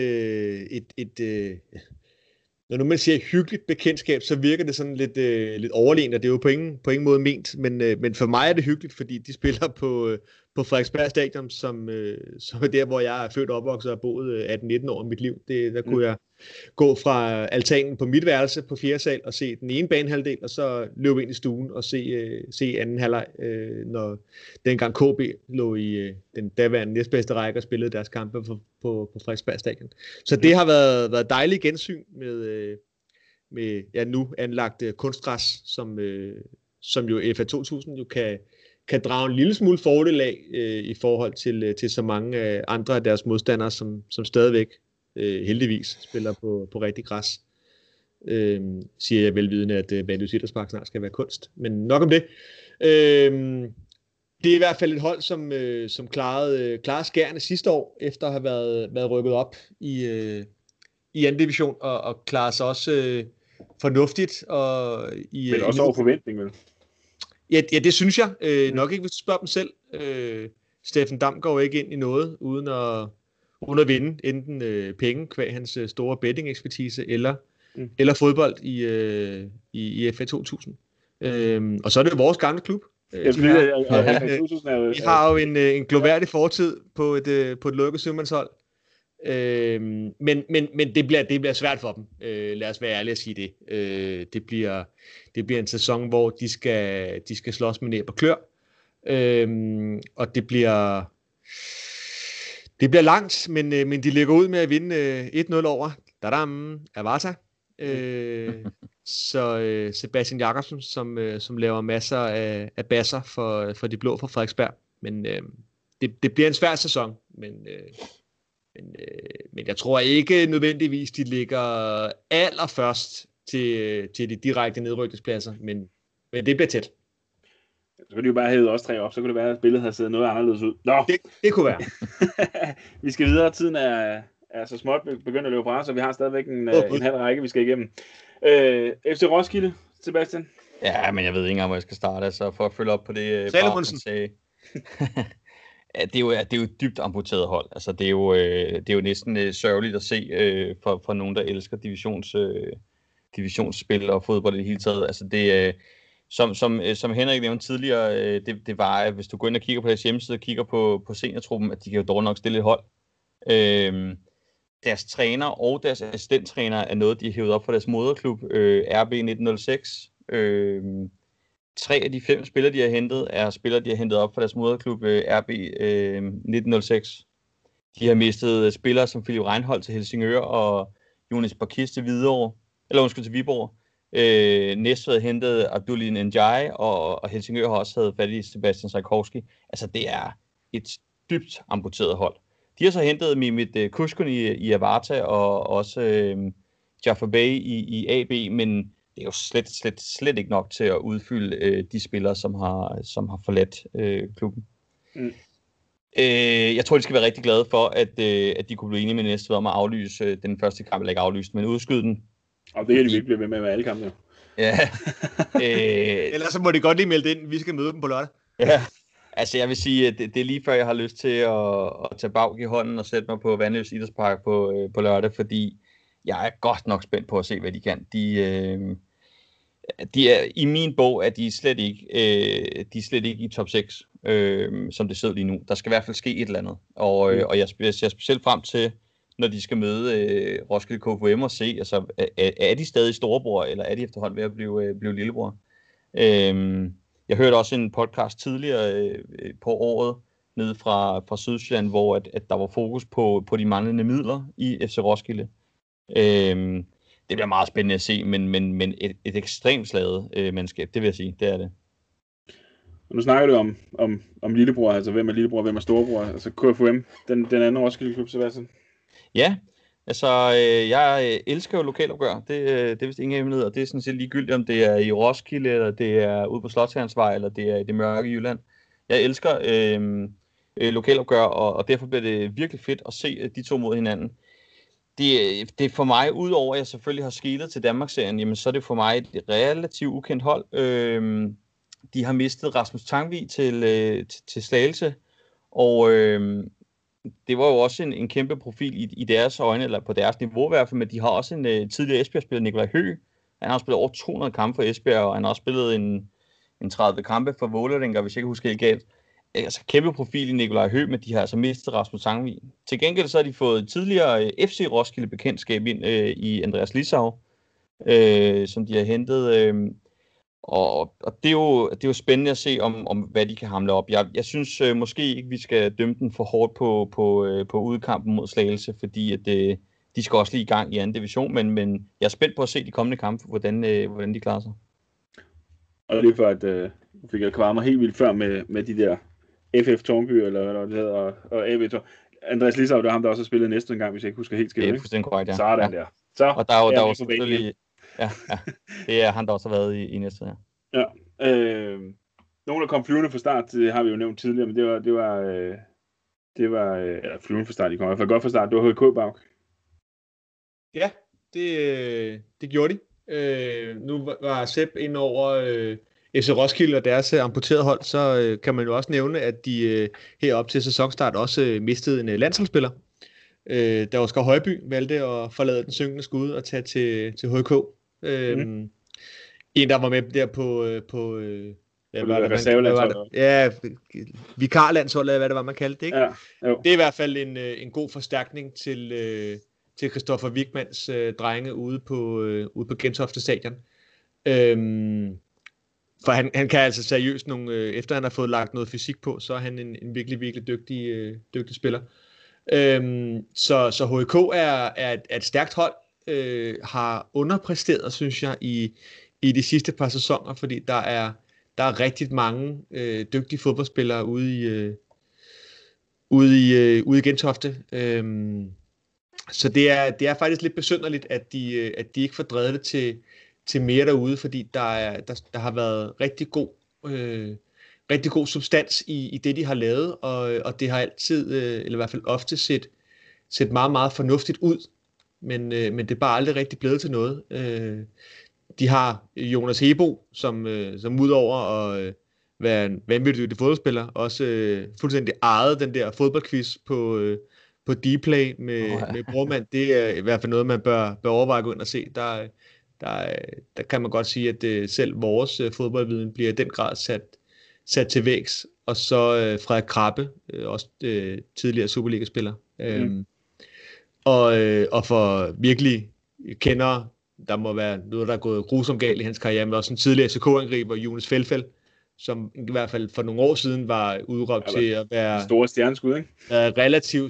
når nu man siger hyggeligt bekendtskab, så virker det sådan lidt overlegent, og det er jo på ingen måde ment, men for mig er det hyggeligt, fordi de spiller på Frederiksberg Stadion, som er der, hvor jeg er født og opvokset og boet 18-19 år i mit liv. Der kunne jeg gå fra altanen på mit værelse på 4. sal og se den ene banehalvdel, og så løbe ind i stuen og se anden halvleg, når dengang KB lå i den daværende næstbedste række og spillede deres kampe på Frederiksberg Stadion. Så det har været dejligt gensyn med nu anlagt kunstgræs, som jo FA 2000 jo kan drage en lille smule fordel af i forhold til så mange andre af deres modstandere, som stadigvæk heldigvis spiller på rigtig græs. Siger jeg velvidende, at Vandøs Idrætspark snart skal være kunst. Men nok om det. Det er i hvert fald et hold, som klarede skærene sidste år, efter at have været rykket op i anden division, og klarer sig også fornuftigt. Men også over forventning, vel? Ja, det synes jeg. Nok ikke, hvis du spørger dem selv. Steffen Dam går ikke ind i noget, uden at vinde enten penge, kvæg hans store betting-ekspertise, eller fodbold i FA 2000. Og så er det jo vores gamle klub. Vi har jo en gloværdig fortid på et lukket sømandshold. Men det bliver svært for dem. Lad os være ærlige og sige det. Det bliver en sæson, hvor de skal slås med næb og klør. Og det bliver langt, men de ligger ud med at vinde 1-0 over Avarta. Så Sebastian Jakobsen, som laver masser af basser for de blå fra Frederiksberg. Men det bliver en svær sæson, men jeg tror ikke nødvendigvis, de ligger allerførst til de direkte nedrykningspladser, men det bliver tæt. Så kunne de jo bare hæve os 3 op, så kunne det være, at billedet havde set noget anderledes ud. Nå. Det kunne være. Vi skal videre, tiden er så småt begyndt at løbe fra, så vi har stadigvæk en halv række, vi skal igennem. FC Roskilde, Sebastian? Ja, men jeg ved ikke engang, hvor jeg skal starte, altså for at følge op på det, Salomonsen sagde. Ja, det er jo et dybt amputeret hold. Altså, det er jo næsten sørgeligt at se for nogen, der elsker divisionsspil og fodbold i det hele taget. Altså, det som Henrik nævnte tidligere, det var, at hvis du går ind og kigger på deres hjemmeside og kigger på seniortruppen, at de kan jo dårligt nok stille et hold. Deres træner og deres assistenttræner er noget, de har hævet op for deres moderklub, RB 1906. 3 af de 5 spillere, de har hentet, er spillere, de har hentet op for deres moderklub, RB 1906. De har mistet spillere som Philip Reinholdt til Helsingør og Jonas Barkis til Viborg. Næstved havde hentet Abdullah Njai, og Helsingør har også havde fat i Sebastian Sajkowski. Altså, det er et dybt amputeret hold. De har så hentet Mimit Kuskun i Avarta, og også Jaffa Bay i AB, men det er jo slet ikke nok til at udfylde de spillere, som har forladt klubben. Jeg tror, de skal være rigtig glade for, at de kunne blive enige med Næstved om at aflyse den første kamp, eller ikke aflyse, men udskyde den. Og det er de virkelig ved med alle kampe. Ja. Ellers så må de godt lige melde ind, vi skal møde dem på lørdag. Ja, altså jeg vil sige, at det er lige før, jeg har lyst til at tage bag i hånden og sætte mig på Vandløs Idrætspark på lørdag, fordi jeg er godt nok spændt på at se, hvad de kan. De er, i min bog er de slet ikke i top 6, som det sidder lige nu. Der skal i hvert fald ske et eller andet. Og jeg ser specielt frem til, når de skal møde Roskilde KFUM og se, altså, er de stadig storebror, eller er de efterhånden ved at blive lillebror? Jeg hørte også en podcast tidligere på året, nede fra Sydsjælland, hvor at der var fokus på de manglende midler i FC Roskilde. Det bliver meget spændende at se, men et ekstremt slaget mandskab, det vil jeg sige, det er det. Og nu snakker du om lillebror, altså hvem er lillebror, hvem er storebror, altså KFUM, den anden Roskilde klub, Sebastian. Ja, altså jeg elsker jo lokalopgør, det er vist ingen hemmelighed, og det er sådan set ligegyldigt, om det er i Roskilde, eller det er ude på Slotsherrensvej, eller det er i det mørke Jylland. Jeg elsker lokalopgør, og derfor bliver det virkelig fedt at se de to mod hinanden. Det er for mig, udover at jeg selvfølgelig har skelet til Danmarksserien, jamen så er det for mig et relativt ukendt hold. De har mistet Rasmus Tangvig til Slagelse, og det var jo også en kæmpe profil i deres øjne, eller på deres niveau i hvert fald, men de har også en tidligere Esbjerg-spiller, Nikolaj Høgh. Han har spillet over 200 kampe for Esbjerg, og han har også spillet en 30 kampe for Vålerenga, hvis jeg ikke husker helt galt. Altså kæmpe profil i Nikolaj Høgh, men de har altså mistet Rasmus Tangvig. Til gengæld så har de fået tidligere FC Roskilde bekendtskab ind i Andreas Lissau, som de har hentet. Og det er jo spændende at se, om hvad de kan hamle op. Jeg synes måske ikke, vi skal dømme den for hårdt på udkampen mod Slagelse, fordi at, de skal også lige i gang i anden division, men jeg er spændt på at se de kommende kampe, hvordan de klarer sig. Og lige for at fik jeg kvaret mig helt vildt før med de der FF Tårnby, eller hvad det hedder, og AB Tårnby. Andreas Lissau, det var ham, der også har spillet næste en gang, hvis jeg ikke husker helt skidt. Det er fuldstændig korrekt, ja. Sådan der. Så, og der er jo selvfølgelig... Ja, det er han, der også har været i næste, ja. Ja. Nogle, der kom flyvende fra start, det har vi jo nævnt tidligere, men det var eller flyvende fra start, de kom i hvert fald godt fra start, det var HK Bauk. Ja, det gjorde de. Nu var Sepp ind over FC Roskilde og deres amputerede hold, så kan man jo også nævne, at de herop til sæsonstart også mistede en landsholdsspiller. Da Oscar Højby valgte at forlade den synkende skud og tage til HK. En, der var med der på reservelandsholdet. Ja, vikarlandsholdet, hvad det var, man kaldte det, ikke? Ja, det er i hvert fald en god forstærkning til Christoffer Wigmans drenge ude på Gentofte Stadion. For han kan altså seriøst efter han har fået lagt noget fysik på, så er han en virkelig, virkelig dygtig spiller. Så HK er et stærkt hold, har underpræsteret, synes jeg, i de sidste par sæsoner, fordi der er rigtig mange dygtige fodboldspillere ude i Gentofte. Så det er faktisk lidt besynderligt, at de ikke får drevet det til mere derude, fordi der har været rigtig god substans i det, de har lavet, og det har altid, eller i hvert fald ofte set meget, meget fornuftigt ud, men det er bare aldrig rigtig blevet til noget. De har Jonas Hebo, som udover at være en vanvittig fodboldspiller, også fuldstændig ejede den der fodboldquiz på Dplay med Brormand. Det er i hvert fald noget, man bør overveje at gå ind og se. Der kan man godt sige, at selv vores fodboldviden bliver i den grad sat til vægs. Og så Frederik Krabbe, også tidligere Superliga-spiller. Og for virkelig kender, der må være noget, der er gået grusomt galt i hans karriere, men også en tidligere SK-angriber, Jonas Feldfeldt, som i hvert fald for nogle år siden var udråbt til at være store stjerneskud, ikke? Relativt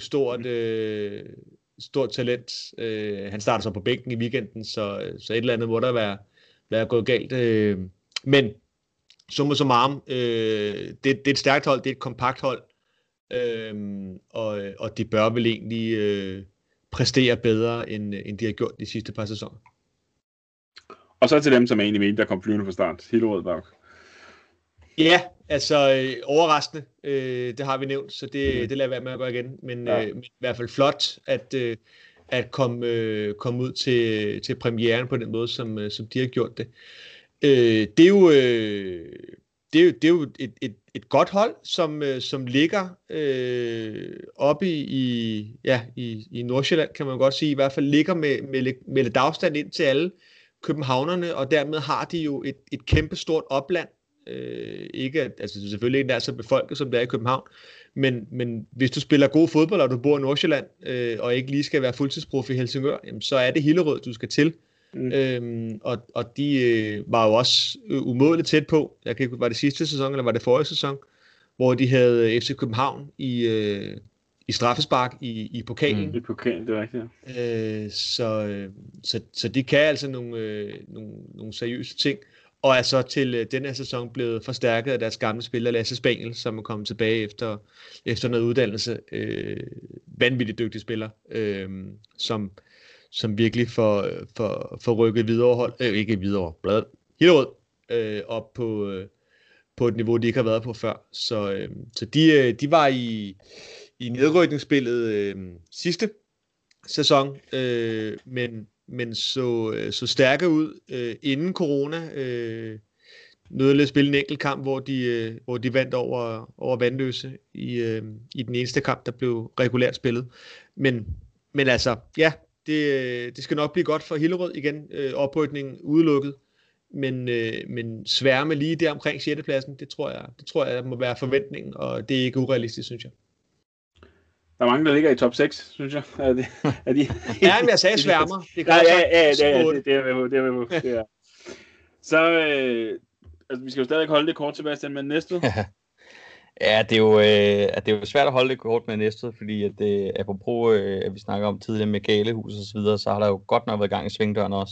stort talent. Han starter så på bænken i weekenden, så et eller andet må der være gået galt. Men summa summarum, det er et stærkt hold, det er et kompakt hold, og de bør vel egentlig præstere bedre, end de har gjort de sidste par sæsoner. Og så til dem, som er egentlig mente, der kom flyvende fra start. Hillerød Bauk. Ja, altså overraskende, det har vi nævnt, så det lader være med at gøre igen, men i hvert fald flot at komme ud til premieren på den måde, som de har gjort det. Det er jo, det er jo et godt hold, som ligger oppe i Nordsjælland, kan man godt sige. I hvert fald ligger med lidt afstand ind til alle københavnerne, og dermed har de jo et kæmpe stort opland. Ikke, altså selvfølgelig ikke nær så befolket, som det er i København, men hvis du spiller god fodbold, og du bor i Nordsjælland, og ikke lige skal være fuldtidsprof i Helsingør, jamen, så er det Hillerød, du skal til. Og de var jo også umådeligt tæt på. Jeg kan ikke, var det sidste sæson, eller var det forrige sæson, hvor de havde FC København i straffespark i pokalen. I pokalen, det er rigtigt, ja. Så de kan altså nogle seriøse ting. Og er så til denne sæson blevet forstærket af deres gamle spiller, Lasse Spaniel, som er kommet tilbage efter noget uddannelse. Vanvittigt dygtig spiller, som virkelig får rykket Hillerød op på et niveau, de ikke har været på før. Så de var i nedrykningsspillet sidste sæson, men så stærke ud inden corona. Nåede lidt at spille en enkelt kamp, hvor de vandt over Vandløse i den eneste kamp, der blev regulært spillet. Men altså, ja, det skal nok blive godt for Hillerød igen. Oprykningen udelukket, men sværme lige der omkring 6. pladsen, det tror jeg må være forventningen, og det er ikke urealistisk, synes jeg. Der er mange, der ligger i top 6, synes jeg. Er de... Ja, men jeg sagde sværmer. Det er. Så altså, vi skal jo stadig holde det kort, Sebastian, men Næstved. Ja, det er jo svært at holde det kort med Næstved, fordi at apropos, at vi snakker om tidligere med Galehus og så videre, så har der jo godt nok været gang i svingdøren også.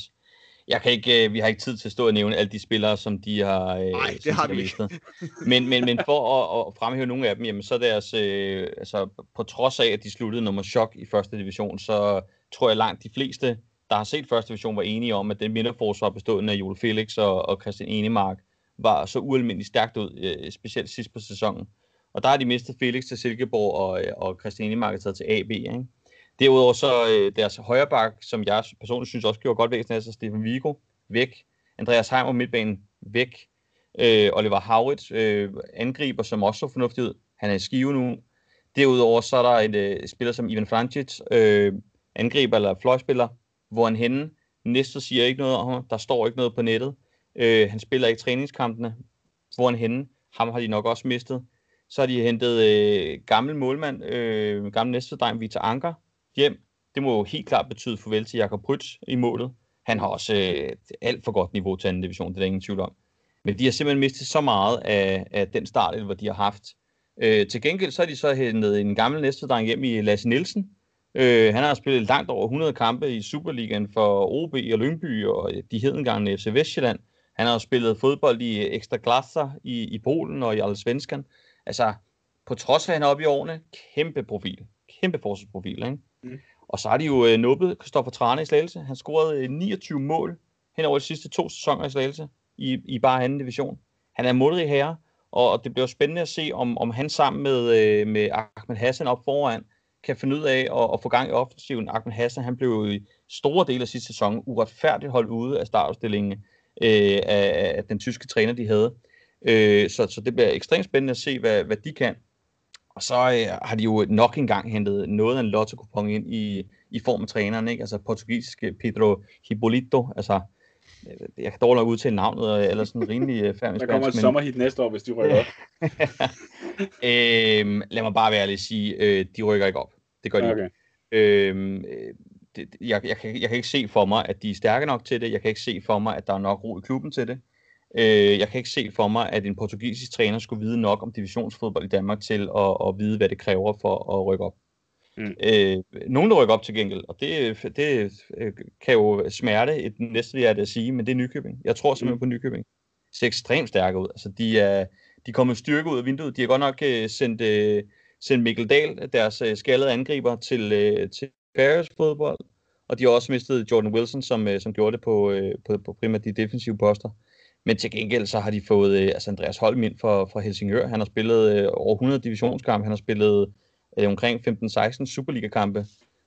Vi har ikke tid til at stå og nævne alle de spillere, som de har. Nej, det har vi ikke. Men for at fremhæve nogle af dem, jamen, så er deres, altså på trods af, at de sluttede nummer chok i første division, så tror jeg langt de fleste, der har set første division, var enige om, at den midterforsvar bestående af Joel Felix og Christian Enemark var så ualmindeligt stærkt ud, specielt sidst på sæsonen. Og der har de mistet Felix til Silkeborg, og Christian Enemark er taget til AB, ikke? Derudover så deres højreback, som jeg personligt synes også gjorde godt væsen af sig, Stefan Vigo, væk. Andreas Heimer midtbanen, væk. Oliver Hauritz, angriber, som også så fornuftigt ud. Han er i Skive nu. Derudover så er der et spiller som Ivan Francic, angriber eller fløjspiller, hvor han henne. Næste siger ikke noget om ham. Der står ikke noget på nettet. Han spiller ikke træningskampene. Hvor han henne. Ham har de nok også mistet. Så har de hentet gammel målmand, gammel Næstved-dreng Victor Anker hjem. Det må jo helt klart betyde farvel til Jakob Prytz i målet. Han har også alt for godt niveau til anden division, det er der ingen tvivl om. Men de har simpelthen mistet så meget af den start, hvor de har haft. Til gengæld så har de så hentet en gammel Næstved-dreng hjem i Lasse Nielsen. Han har spillet langt over 100 kampe i Superligaen for OB og Lyngby og de hedengangne FC Vestjylland. Han har spillet fodbold i Ekstra Klasser i Polen og i Allsvenskan. Altså, på trods af, at han er oppe i årene, kæmpe profil. Kæmpe forsvarsprofil, ikke? Mm. Og så har de jo nubbet Kristoffer Trane i Slagelse. Han scorede 29 mål hen over de sidste 2 sæsoner i Slagelse i bare anden division. Han er målrig herre, og det bliver spændende at se, om han sammen med Ahmed Hassan op foran kan finde ud af at få gang i offensiven. Ahmed Hassan, han blev jo i store dele af sidste sæson uretfærdigt holdt ude af startopstillingen af den tyske træner, de havde. Så det bliver ekstremt spændende at se, hvad de kan. Og så har de jo nok engang hentet noget af en lotto-kupon ind i form af træneren, ikke? Altså portugisiske Pedro Hipólito. Altså, jeg kan dårligt nok udtale navnet, eller sådan rimelig færdig spansk. Der kommer et sommerhit næste år, hvis de rykker op. Lad mig bare være ærlig at sige, de rykker ikke op. Det gør de okay. ikke. Jeg kan ikke se for mig, at de er stærke nok til det. Jeg kan ikke se for mig, at der er nok ro i klubben til det. Jeg kan ikke se for mig, at en portugisisk træner skulle vide nok om divisionsfodbold i Danmark til at vide, hvad det kræver for at rykke op. Nogen, der rykker op til gengæld, og det kan jo smerte et næste hjerte at sige, men det er Nykøbing. Jeg tror simpelthen på Nykøbing. Det ser ekstremt stærke ud. Altså, de kommer styrke ud af vinduet. De har godt nok sendt Mikkel Dahl, deres skaldede angriber, til Paris fodbold, og de har også mistet Jordan Wilson, som gjorde det på primært de defensive poster. Men til gengæld så har de fået Andreas Holm ind fra Helsingør. Han har spillet over 100 divisionskampe. Han har spillet omkring 15-16 Superliga-kampe.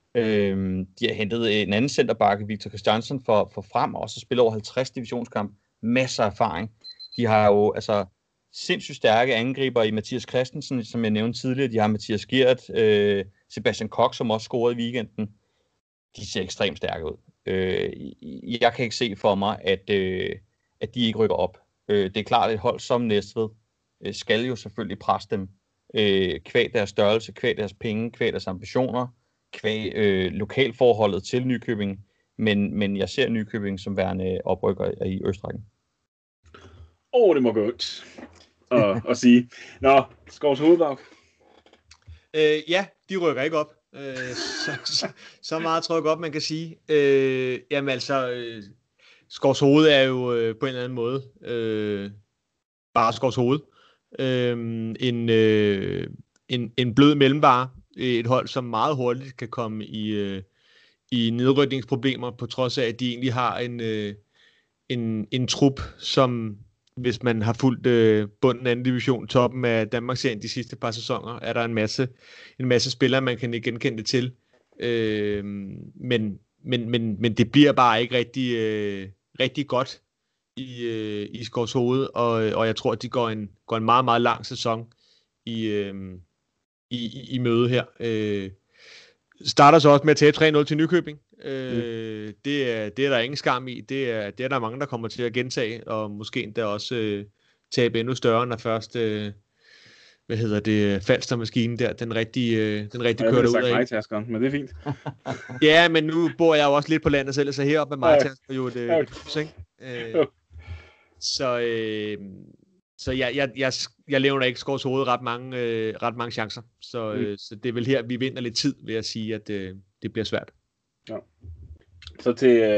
De har hentet en anden centerback, Victor Christiansen, for frem, og også spillet over 50 divisionskampe. masser af erfaring. De har jo altså sindssygt stærke angriber i Mathias Christensen, som jeg nævnte tidligere. De har Mathias Gert, Sebastian Koch, som også scorede i weekenden. De ser ekstremt stærke ud. Jeg kan ikke se for mig, at de ikke rykker op. Det er klart, at et hold som Næstved skal jo selvfølgelig presse dem. Kvæg deres størrelse, kvæg deres penge, kvæg deres ambitioner, kvæg lokalforholdet til Nykøbing. Men jeg ser Nykøbing som værende oprykker i Østrækken. Det må gå ondt at sige. Nå, Skovs Hovedbag. Ja, de rykker ikke op. Så meget tror jeg godt, man kan sige. Jamen altså, Skovs Hoved er jo på en eller anden måde bare Skovs Hoved. En blød mellemvare. Et hold, som meget hurtigt kan komme i nedrykningsproblemer, på trods af, at de egentlig har en trup, som hvis man har fulgt bunden anden division, toppen af Danmarksserien de sidste par sæsoner, er der en masse spillere, man kan genkende det til. Men det bliver bare ikke rigtig godt i Skovs Hoved, og jeg tror, at de går en meget, meget lang sæson i møde her. Starter så også med at tabe 3-0 til Nykøbing. Det er der ingen skam i. Det er der mange, der kommer til at gentage, og måske endda også tabe endnu større, når først Falster-maskinen der, den rigtig kører ud af. Majtaskeren, men det er fint. Ja, men nu bor jeg jo også lidt på landet selv, så heroppe med Majtasker jo et plus, ikke? Så jeg levner ikke Skovs Hoved ret mange chancer. Så det er vel her, vi vinder lidt tid ved at sige, at det bliver svært. Ja. Så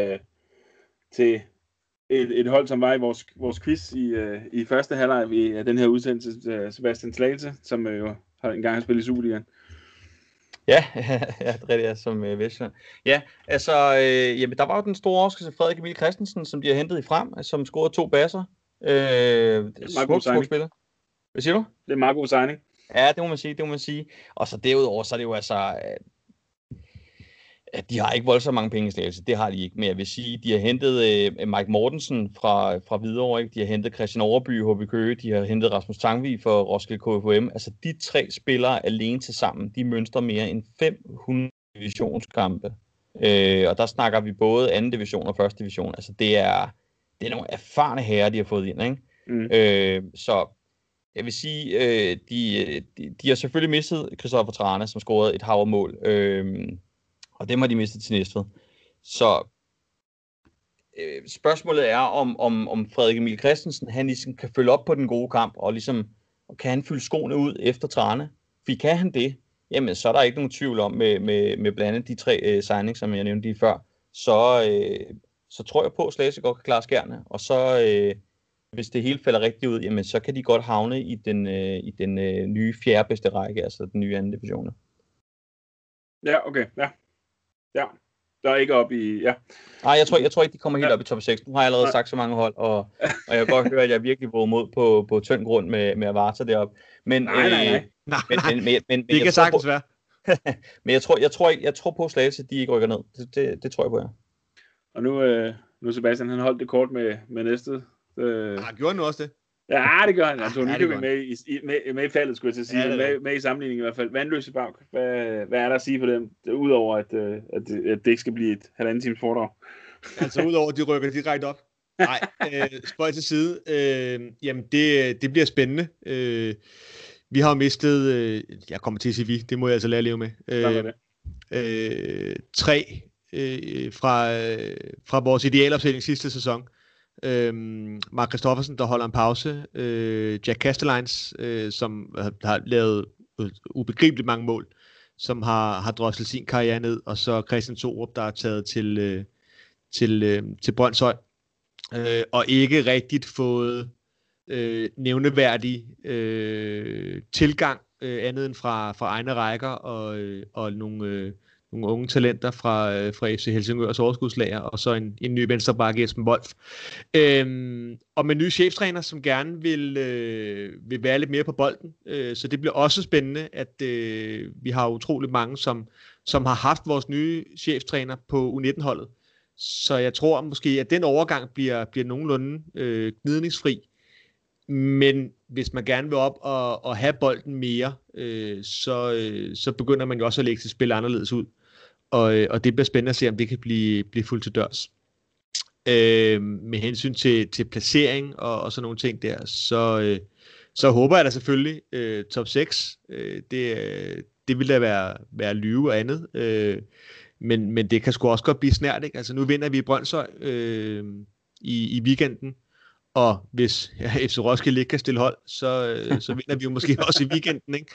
til et hold, som var i vores quiz i første halvleg i den her udsendelse, Sebastian Slagelse, som jo har engang spillet i Superligaen. Ja, det er som Vestjylland. Ja, altså, jamen, der var jo den store overraskelse Frederik Emil Christensen, som de har hentet i frem, som scorede 2 basser. Smuk spiller. Hvad siger du? Det er meget god signing. Ja, det må man sige. Og så derudover, så er det jo altså, at de har ikke voldsomt mange penge i Slagelse. Det har de ikke, men jeg vil sige, de har hentet Mike Mortensen fra Hvidovre, ikke? De har hentet Christian Overby i HB Køge, de har hentet Rasmus Tangvig for Roskilde KFUM. Altså de 3 spillere alene til sammen, de mønstrer mere end 500 divisionskampe. Og der snakker vi både anden division og første division. Altså det er nogle erfarne herrer, de har fået ind, ikke? Så jeg vil sige, de har selvfølgelig mistet Christoffer Trane, som scorede et hav af mål. Og dem har de mistet til Næstved. Så spørgsmålet er, om Frederik Emil Christensen, han ligesom kan følge op på den gode kamp, og ligesom kan han fylde skoene ud efter Trane? For kan han det, jamen så er der ikke nogen tvivl om, med blandt andet de 3 signings, som jeg nævnte lige før, så tror jeg på, at Slagelse godt kan klare skærne, og så hvis det hele falder rigtigt ud, jamen så kan de godt havne i den nye 4. bedste række, altså den nye anden division. Ja, okay, ja. Der er ikke op i, ja. Nej, jeg tror ikke, de kommer helt op i top 6. Nu har jeg allerede sagt så mange hold, og jeg kan godt høre, at jeg virkelig var mod på tynd grund med Avarta deroppe. Men, nej. Men det kan sagtens være. Men jeg tror på Slagelse, de ikke rykker ned. Det tror jeg på, ja. Og nu Sebastian, han holdt det kort med Næstved. Gjorde han nu også det? Ja, det gør han. Han tog Nykøbing med i faldet, skulle jeg til at sige. Ja, med i sammenligning i hvert fald. Vandløse bag. Hvad er der at sige på dem? Udover at det ikke skal blive et 1,5 times foredrag. Altså udover at de rykker direkte op. Nej, spøj til side. Jamen det bliver spændende. Vi har jo mistet, jeg kommer til at sige vi, det må jeg altså lære at leve med. 3 fra vores idealopstilling sidste sæson. Mark Christoffersen, der holder en pause, Jack Castellines, som har lavet ubegribeligt mange mål, som har droslet sin karriere ned, og så Christian Thorup, der er taget til Brøndshøj, og ikke rigtigt fået nævneværdig tilgang, andet end fra egne rækker, og nogle unge talenter fra FC Helsingørs overskudslager, og så en ny venstreback, Esben Wolf. Og med nye cheftræner, som gerne vil være lidt mere på bolden. Så det bliver også spændende, at vi har utrolig mange, som har haft vores nye cheftræner på U19-holdet, Så jeg tror måske, at den overgang bliver nogenlunde gnidningsfri. Men hvis man gerne vil op og have bolden mere, så begynder man jo også at lægge sit spil anderledes ud. Og det bliver spændende at se, om det kan blive fuldt til dørs. Med hensyn til placering og sådan nogle ting der, så håber jeg da selvfølgelig top 6. Det vil da være lyve og andet. Men det kan sgu også godt blive snært, ikke? Altså nu vinder vi i Brøndshøj i weekenden, og hvis FC Roskilde ikke kan stille hold, så vinder vi jo måske også i weekenden, ikke?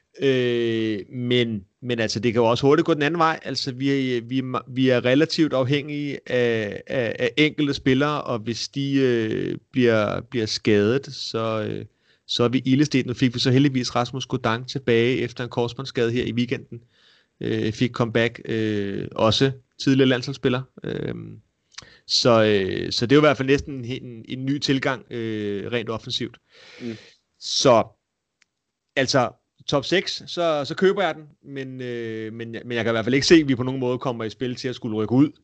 Men altså det kan jo også hurtigt gå den anden vej. Altså vi er relativt afhængige af enkelte spillere, og hvis de bliver skadet, så er vi ildestet. Nu fik vi så heldigvis Rasmus Godang tilbage efter en korsbåndsskade her i weekenden. Fik comeback, også tidligere landsholdsspiller. Så det er jo i hvert fald næsten en ny tilgang rent offensivt. Så altså top 6, så køber jeg den, men jeg kan i hvert fald ikke se, at vi på nogen måde kommer i spil til at skulle rykke ud.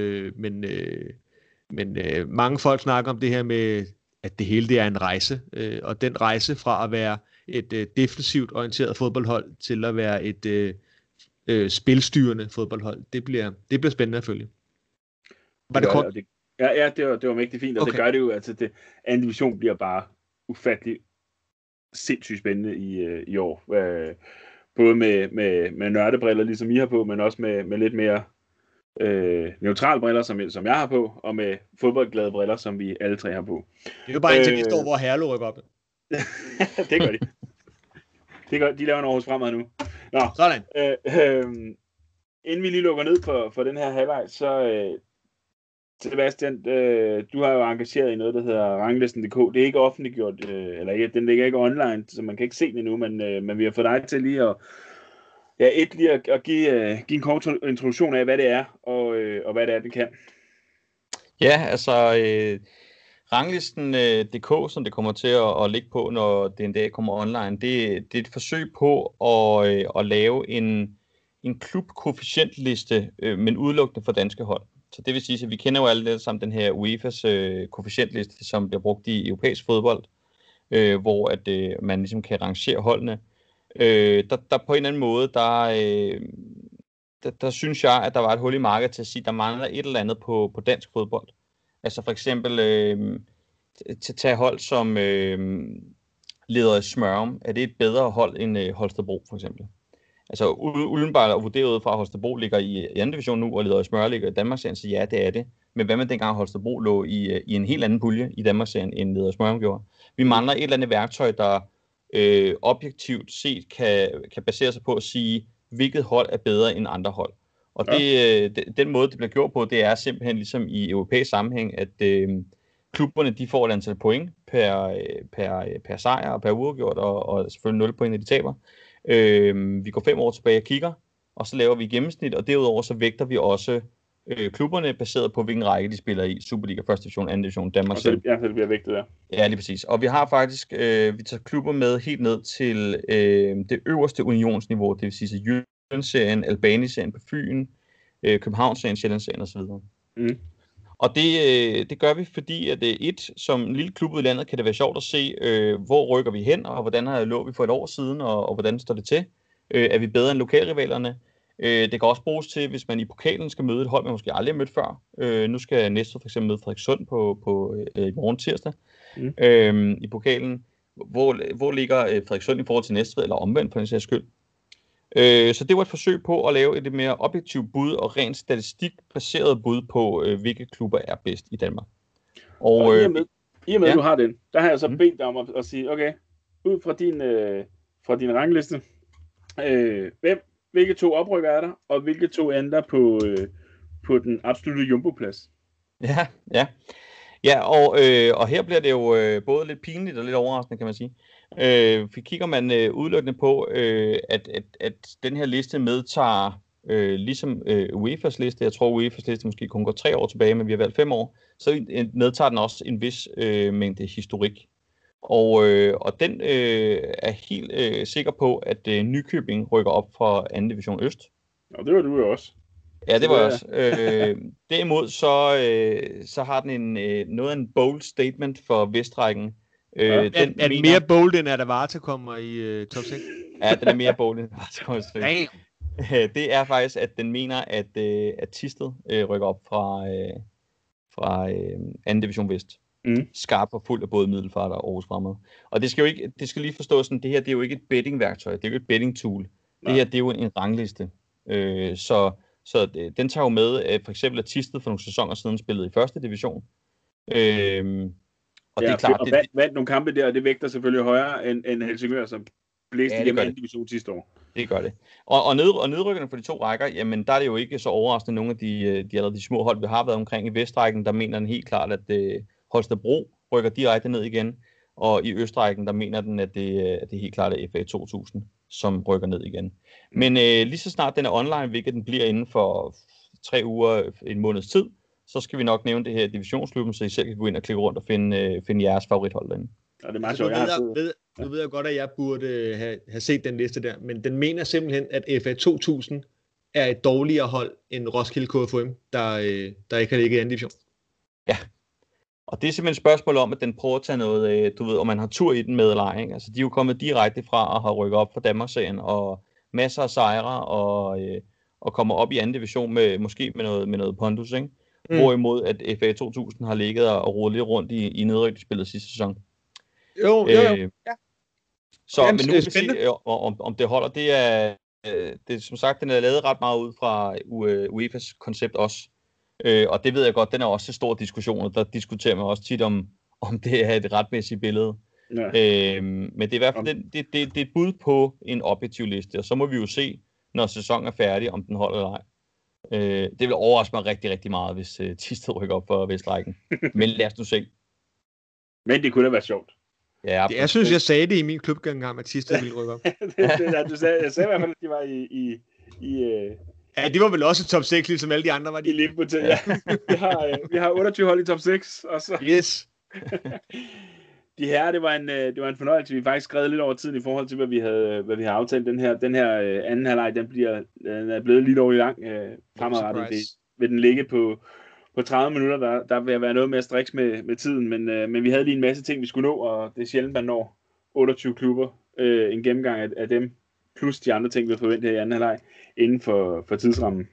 Men mange folk snakker om det her med, at det hele det er en rejse, og den rejse fra at være et defensivt orienteret fodboldhold til at være et spilstyrende fodboldhold, det bliver spændende at følge. Var det kort? Ja, det var mægtig fint, og okay. Det gør det jo, altså det anden division bliver bare ufattelig sindssygt spændende i år. Både med nørdebriller, ligesom I har på, men også med lidt mere neutrale briller, som jeg har på, og med fodboldglade briller, som vi alle tre har på. Det er jo bare indtil vi står, hvor Herlev rykker op. Det gør de. De laver en Aarhus Fremad nu. Nå, sådan. Inden vi lige lukker ned for den her halvleg, så Sebastian, du har jo engageret i noget, der hedder ranglisten.dk. Det er ikke offentliggjort, eller ikke, den ligger ikke online, så man kan ikke se den endnu, men vi har fået dig til lige at give en kort introduktion af, hvad det er, og hvad det er, den kan. Ja, altså ranglisten.dk, som det kommer til at ligge på, når det en dag kommer online, det er et forsøg på at lave en klubkoefficientliste, men udelukkende for danske hold. Så det vil sige, at vi kender jo alle sammen den her UEFA's koefficientliste, som bliver brugt i europæisk fodbold, hvor at man ligesom kan rangere holdene. Der på en eller anden måde, der synes jeg, at der var et hul i markedet til at sige, at der mangler et eller andet på dansk fodbold. Altså for eksempel til at tage hold som leder i Smørum. Er det et bedre hold end Holstebro for eksempel? Altså udenbart vurderet fra, at Holstebro ligger i anden division nu, og Ledøje Smøre ligger i Danmarksserien, så ja, det er det. Men hvad med dengang Holstebro lå i en helt anden pulje i Danmarksserien, end Ledøje Smøre gjorde? Vi mangler et eller andet værktøj, der objektivt set kan basere sig på at sige, hvilket hold er bedre end andre hold. Og den måde, det bliver gjort på, det er simpelthen ligesom i europæisk sammenhæng, at klubberne de får et antal point per sejr og per uafgjort, og selvfølgelig 0 point, når de taber. Vi går 5 år tilbage og kigger, og så laver vi gennemsnit, og derudover så vægter vi også klubberne baseret på, hvilken række de spiller i. Superliga, 1. division, 2. division, Danmark. Så det bliver vægtet der. Ja, lige præcis. Og vi har faktisk, vi tager klubber med helt ned til det øverste unionsniveau, det vil sige så Jyllandsserien, Albani-serien på Fyn, Københavns-serien, Sjællands-serien osv. Mm. Og det gør vi, fordi at som en lille klub ud i landet, kan det være sjovt at se, hvor rykker vi hen, og hvordan lå vi for et år siden, og hvordan står det til. Er vi bedre end lokalrivalerne? Det kan også bruges til, hvis man i pokalen skal møde et hold, man måske aldrig har mødt før. Nu skal Næstved for eksempel møde Frederikssund på i morgen tirsdag i pokalen. Hvor ligger Frederikssund i forhold til Næstved, eller omvendt på den sags skyld? Så det var et forsøg på at lave et mere objektivt bud og rent statistikbaseret bud på, hvilke klubber er bedst i Danmark. Og i og med du har den, der har jeg så bedt dig om at sige, okay, ud fra din rangliste, hvilke 2 oprykker er der, og hvilke 2 ender på den absolutte jumbo-plads? Ja, og her bliver det jo både lidt pinligt og lidt overraskende, kan man sige. Kigger man udelukkende på, at den her liste medtager, ligesom UEFA's liste, jeg tror UEFA's liste måske kun går 3 år tilbage, men vi har valgt 5 år, så medtager den også en vis mængde historik. Og den er helt sikker på, at Nykøbing rykker op fra 2. division Øst. Og det var du jo også. Ja, det var jeg også. Derimod så har den noget af en bold statement for Vestrækken. Er den mere bold, end at Avarta kommer i top 6? Ja, den er mere bold, end Avarta kommer i top 6. Det er faktisk, at den mener, at Thisted rykker op fra 2. division Vest. Skarp og fuld af både Middelfart og Aarhus Fremad. Og det skal lige forstås sådan, det her det er jo ikke et bettingværktøj, det er jo ikke et betting-tool. Det her det er jo en rangliste. Så den tager jo med, at for eksempel at Thisted for nogle sæsoner siden spillede i 1. division. Og det er klart... Og vandt nogle kampe der, og det vægter selvfølgelig højere end Helsingør, som blæste igennem 2. division sidste år. Det gør det. Og nedrykkerne for de 2 rækker, jamen der er det jo ikke så overraskende nogle af de små hold, vi har været omkring i Vestrækken, der mener den helt klart, at Holstebro rykker direkte ned igen. Og i Østrækken, der mener den, at det er helt klart er FA 2000, som rykker ned igen. Men lige så snart den er online, hvilket den bliver inden for 3 uger, en måneds tid, så skal vi nok nævne det her divisionsklubben, så I selv kan gå ind og klikke rundt og finde jeres favorithold derinde. Ja, det er meget sjovt. Nu ved jeg godt, at jeg burde have set den liste der, men den mener simpelthen, at FA 2000 er et dårligere hold end Roskilde KFUM, der ikke har ligget i 2. division. Ja, og det er simpelthen et spørgsmål om, at den prøver at tage noget, du ved, om man har tur i den med eller ej, ikke? Altså, de er jo kommet direkte fra at have rykket op fra Danmarksserien, og masser af sejre, og kommer op i 2. division måske med noget pondus, ikke? Hvorimod at FA 2000 har ligget og rodet lidt rundt i nedrykningsspillet sidste sæson. Jo. Ja. Så men nu kan vi se, om det holder. Det er som sagt, den er lavet ret meget ud fra UEFA's koncept også. Og det ved jeg godt, den er også en stor diskussion, og der diskuterer man også tit om det er et retmæssigt billede. Ja. Men det er i hvert fald det er et bud på en objektiv liste, og så må vi jo se, når sæsonen er færdig, om den holder eller ej. Det vil overraske mig rigtig, rigtig meget, hvis Thisted rykker op for Vestrækken. Men lad os nu se. Men det kunne da være sjovt. Ja, jeg synes, jeg sagde det i min klubgang, at Thisted ville rykke op. Jeg sagde i hvert fald, at de var i ja, de var vel også top 6, ligesom alle de andre var de. I limbo til, ja. Vi har 28 hold i top 6. Og så... Yes. De her, det var en fornøjelse. Vi faktisk skrevet lidt over tiden i forhold til, hvad vi har aftalt. Den her anden halvleg, den er blevet lidt over i lang fremadrettet. Det vil den ligge på 30 minutter. Der vil være noget med at striks med tiden, men vi havde lige en masse ting, vi skulle nå, og det er sjældent, man når 28 klubber. En gennemgang af dem, plus de andre ting, vi forventer her i anden halvleg, inden for tidsrammen.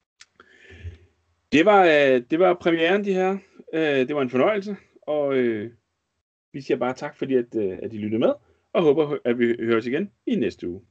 Det var premieren, de her. Det var en fornøjelse, og vi siger bare tak, fordi at I lyttede med, og håber, at vi høres igen i næste uge.